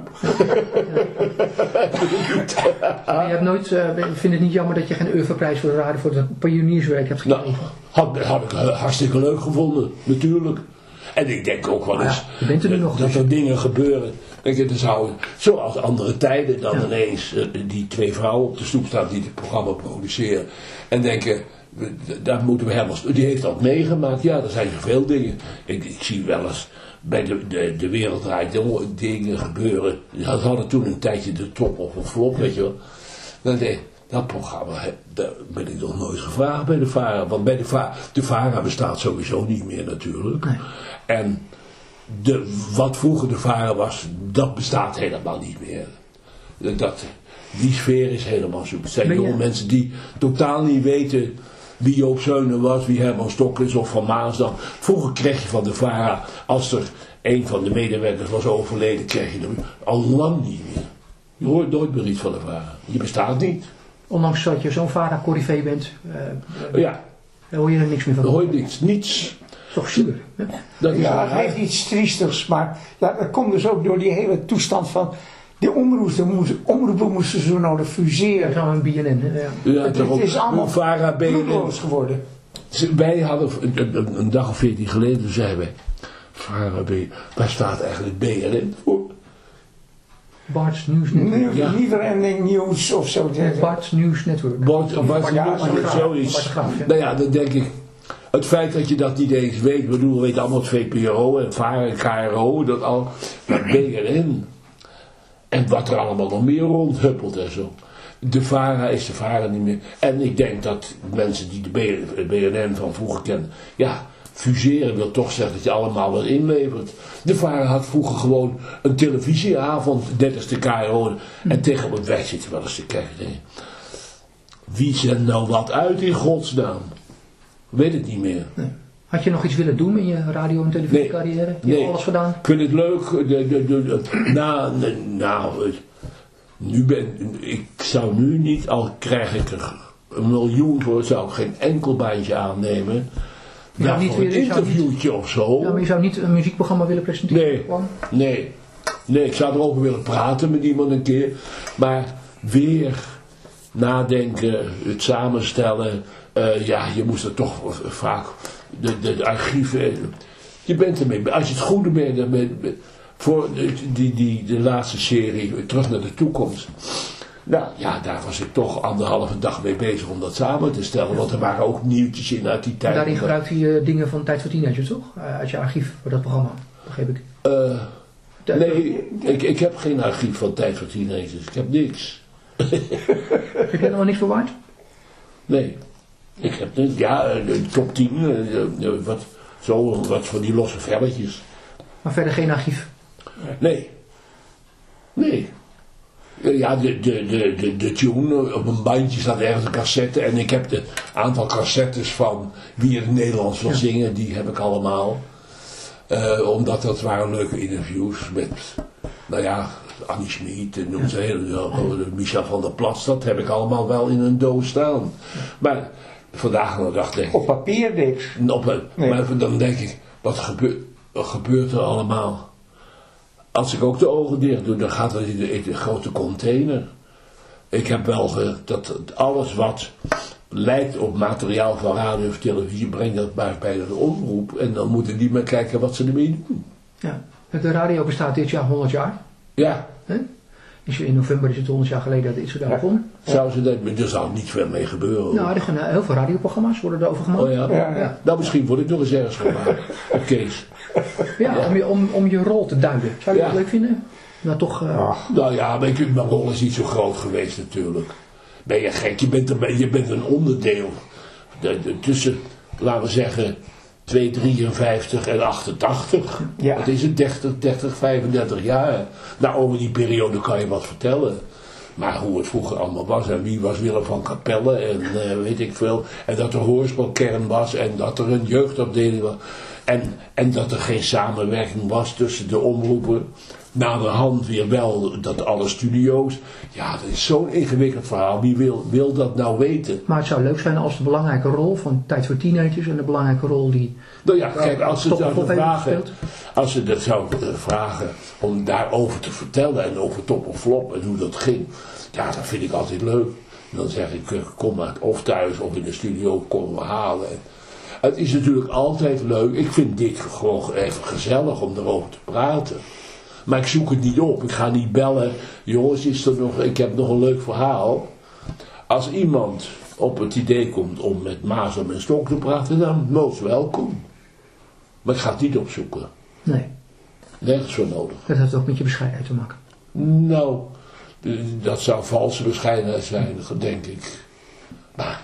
Maar je hebt nooit, ik vind het niet jammer dat je geen Oeuvreprijs voor het pionierswerk hebt gekregen. Nou, had ik hartstikke leuk gevonden, natuurlijk. En ik denk ook wel eens dat er dingen gebeuren. Denk je, zoals andere tijden dan ineens die 2 vrouwen op de stoep staan die het programma produceren. En denken, daar moeten we helemaal... Die heeft dat meegemaakt. Ja, er zijn zoveel dingen. Ik zie wel eens bij de Wereld Draait Door dingen gebeuren. Ze hadden toen een tijdje de top of een flop, weet je wel. Dan denk ik, dat programma, daar ben ik nog nooit gevraagd bij de VARA. Want bij de VARA bestaat sowieso niet meer natuurlijk. Nee. En wat vroeger de VARA was, dat bestaat helemaal niet meer. Die sfeer is helemaal zoek. Het zijn jonge mensen die totaal niet weten wie Joop Zeunen was, wie Herman Stok is of Van Maasdam. Vroeger kreeg je van de VARA, als er een van de medewerkers was overleden, kreeg je hem al lang niet meer. Je hoort nooit meer iets van de VARA. Je bestaat niet. Ondanks dat je zo'n VARA-corrivee bent, daar hoor je er niks meer van. Daar hoor je niets. Toch zuur. Het heeft iets triestigs, maar dat komt dus ook door die hele toestand van De omroepen moesten zo nodig fuseren. Ja, een BNN. Ja, Het is allemaal bloedloos geworden. Wij hadden een dag of 14 geleden, zeiden wij, VARA, waar staat eigenlijk BNN voor? Bart's News Network. Never Ending News of zo. Bart's News Network. Zoiets. Nou ja, dan denk ik, het feit dat je dat niet eens weet, we weten allemaal het VPRO en VARA en KRO, dat al, maar BNN. En wat er allemaal nog meer rondhuppelt en zo. De VARA is de VARA niet meer. En ik denk dat mensen die de BNN van vroeger kennen, ja, fuseren wil toch zeggen dat je allemaal wat inlevert. De VARA had vroeger gewoon een televisieavond, net als de KRO. En tegenwoordig, wij zitten wel eens te kijken. Wie zendt nou wat uit in godsnaam? Weet het niet meer. Nee. Had je nog iets willen doen in je radio- en televisiecarrière? Je hebt alles gedaan? Ik vind het leuk. Ik zou nu niet, al krijg ik er $1 miljoen voor, zou ik geen enkel baantje aannemen. Ja, niet voor een interviewtje of zo. Ja, maar je zou niet een muziekprogramma willen presenteren? Nee, ik zou erover willen praten met iemand een keer. Maar weer nadenken, het samenstellen. Je moest er toch vaak de archieven. Je bent ermee. Als je het goede bent, voor de laatste serie, Terug naar de Toekomst. Nou ja, daar was ik toch 1,5 dag mee bezig om dat samen te stellen. Want er waren ook nieuwtjes in uit die tijd. Daarin gebruikte je dingen van Tijd voor Teenagers, toch? Uit je archief voor dat programma, begreep ik. Nee, ik heb geen archief van Tijd voor Teenagers. Ik heb niks. Heb jij er nog niks verwaard? Nee. Ik heb de top 10, wat van die losse velletjes. Maar verder geen archief? Nee. Ja, de tune, op een bandje staat ergens een cassette en ik heb de aantal cassettes van wie het Nederlands wil zingen, die heb ik allemaal. Omdat dat waren leuke interviews met, Annie Schmid, noem ze heel, Michel van der Plas, dat heb ik allemaal wel in een doos staan. Maar vandaag aan de dag denk ik... Op papier niks. Maar dan denk ik, wat gebeurt er allemaal? Als ik ook de ogen dicht doe, dan gaat dat in de grote container. Ik heb wel dat alles wat lijkt op materiaal van radio of televisie, brengt dat bij de omroep. En dan moeten die maar kijken wat ze ermee doen. Ja, de radio bestaat dit jaar 100 jaar. Ja. In november is het 100 jaar geleden dat Itzerda begon. Er zou niet veel mee gebeuren. Nou, er gaan heel veel radioprogramma's worden erover gemaakt. Oh ja? Nou, misschien word ik nog eens ergens gemaakt. Op Kees. Ja, om je rol te duiden. Zou je dat leuk vinden? Nou, toch... Nou ja, maar mijn rol is niet zo groot geweest natuurlijk. Ben je gek? Je bent een onderdeel. Tussen, laten we zeggen, 253 en 88. Ja. Wat is het? 30, 35 jaar. Nou, over die periode kan je wat vertellen. Maar hoe het vroeger allemaal was en wie was Willem van Capelle en weet ik veel. En dat er hoorspelkern was en dat er een jeugdafdeling was. En dat er geen samenwerking was tussen de omroepen. Naderhand weer wel dat alle studio's. Ja, dat is zo'n ingewikkeld verhaal. Wie wil dat nou weten? Maar het zou leuk zijn als de belangrijke rol van Tijd voor Teenagers en de belangrijke rol die... Nou ja, kijk, als ze dat zouden vragen om daarover te vertellen en over Top of Flop en hoe dat ging. Ja, dat vind ik altijd leuk. En dan zeg ik, kom maar of thuis of in de studio, kom me halen. Het is natuurlijk altijd leuk. Ik vind dit gewoon even gezellig om erover te praten. Maar ik zoek het niet op. Ik ga niet bellen. Jongens, ik heb nog een leuk verhaal. Als iemand op het idee komt om met Maas en Stok te praten, dan most welkom. Maar ik ga het niet opzoeken. Nee. Nergens voor nodig. Dat heeft ook met je bescheidenheid te maken. Nou, dat zou valse bescheidenheid zijn, denk ik. Maar,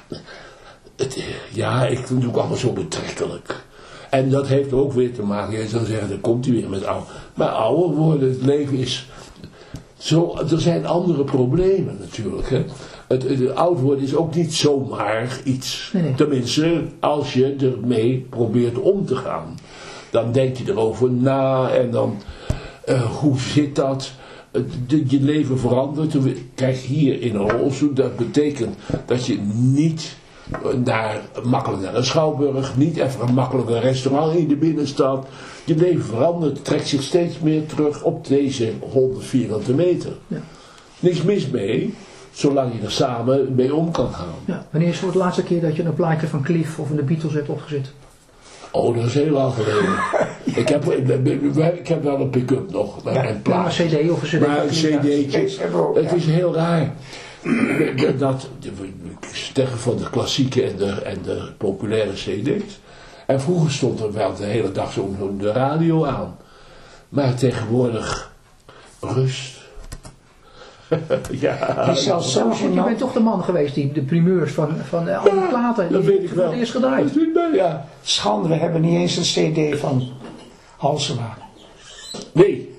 ik vind het ook allemaal zo betrekkelijk. En dat heeft ook weer te maken, je zou zeggen, dan komt hij weer met ouder. Maar ouder worden, het leven is zo, er zijn andere problemen natuurlijk. Hè. Het oud worden is ook niet zomaar iets. Nee. Tenminste, als je ermee probeert om te gaan. Dan denk je erover na en dan, hoe zit dat? Je leven verandert. Kijk, hier in een rolstoel, dat betekent dat je niet makkelijk naar een schouwburg, niet even makkelijk een restaurant in de binnenstad. Je leven verandert, trekt zich steeds meer terug op deze 100 vierkante meter. Ja. Niks mis mee, zolang je er samen mee om kan gaan. Ja. Wanneer is het voor de laatste keer dat je een plaatje van Cliff of een de Beatles hebt opgezet? Oh, dat is heel lang geleden. Ik heb wel een pick-up nog. Ja, een cd of een cd. Maar een cd'tje. Het is heel raar. Dat zeggen van de klassieke en de populaire cd's. En vroeger stond er wel de hele dag zo de radio aan. Maar tegenwoordig rust. Ja, je bent toch de man geweest die de primeurs van alle platen. Dat weet ik wel. Eerst gedraaid. Ja. Schande, we hebben niet eens een cd van Halsema. Nee.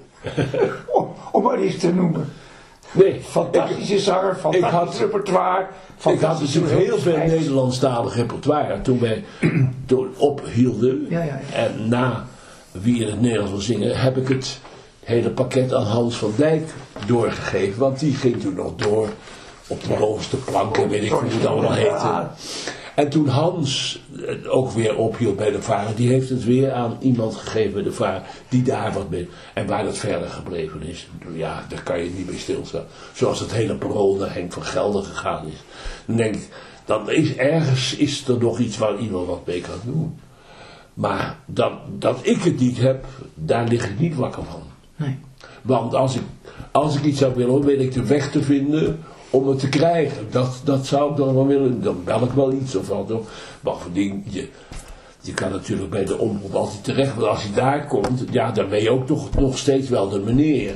Om maar eens te noemen. Nee. Fantastische zanger, fantastisch repertoire. Ik had natuurlijk heel veel Nederlandstalig repertoire toen wij ophielden. Ja. En na Wie in het Nederlands wil zingen heb ik het hele pakket aan Hans van Dijk doorgegeven. Want die ging toen nog door op de bovenste planken, weet ik hoe het allemaal heette. En toen Hans ook weer ophield bij de VARA, die heeft het weer aan iemand gegeven bij de VARA, die daar wat mee. En waar dat verder gebleven is, ja, daar kan je niet mee stilstaan. Zoals het hele parool naar Henk van Gelder gegaan is. Dan denk ik, dan is ergens er nog iets waar iemand wat mee kan doen. Maar dat ik het niet heb, daar lig ik niet wakker van. Nee. Want als ik iets zou willen, weet ik de weg te vinden om het te krijgen. Dat zou ik dan wel willen. Dan bel ik wel iets of wat. Bovendien, je kan natuurlijk bij de omroep altijd terecht. Want als je daar komt, ja, dan ben je ook nog steeds wel de meneer.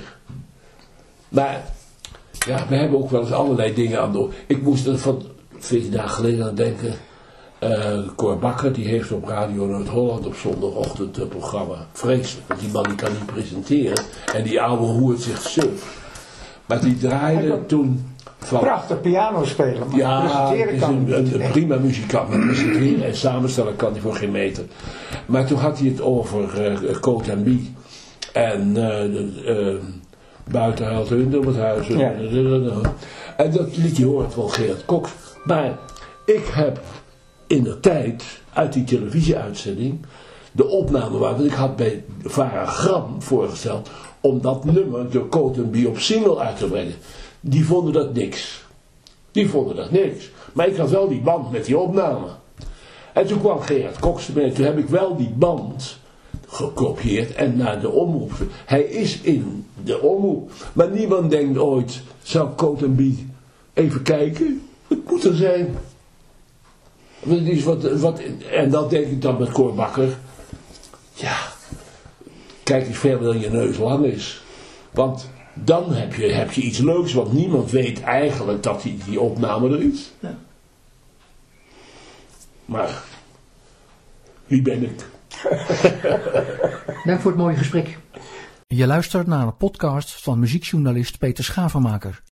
Maar ja, we hebben ook wel eens allerlei dingen aan de. Ik moest er van 14 dagen geleden aan denken. Cor Bakker, die heeft op Radio Noord-Holland op zondagochtend een programma. Vreselijk, want die man die kan niet presenteren. En die oude hoert zich suf. Maar die draaide toen van... Prachtig piano spelen, maar ja, presenteren kan een prima muzikant. Maar presenteren en samenstellen kan hij voor geen meter. Maar toen had hij het over Coat en Bie. En buiten huilt hun om het huis. Ja. En dat liedje hoort wel Gerard Cox. Maar ik heb in de tijd uit die televisieuitzending de opname waar, want ik had bij VARA Gram voorgesteld om dat nummer door Coat en Bie op single uit te brengen. Die vonden dat niks. Maar ik had wel die band met die opname. En toen kwam Gerard Cox erbij. Toen heb ik wel die band gekopieerd en naar de omroep. Hij is in de omroep. Maar niemand denkt ooit, zou Coat en Bie even kijken? Het moet er zijn. En dat denk ik dan met Cor Bakker. Ja, kijk eens verder dan je neus lang is. Want dan heb je iets leuks, want niemand weet eigenlijk dat die opname er is. Ja. Maar, wie ben ik? Dank voor het mooie gesprek. Je luistert naar een podcast van muziekjournalist Peter Schavenmaker.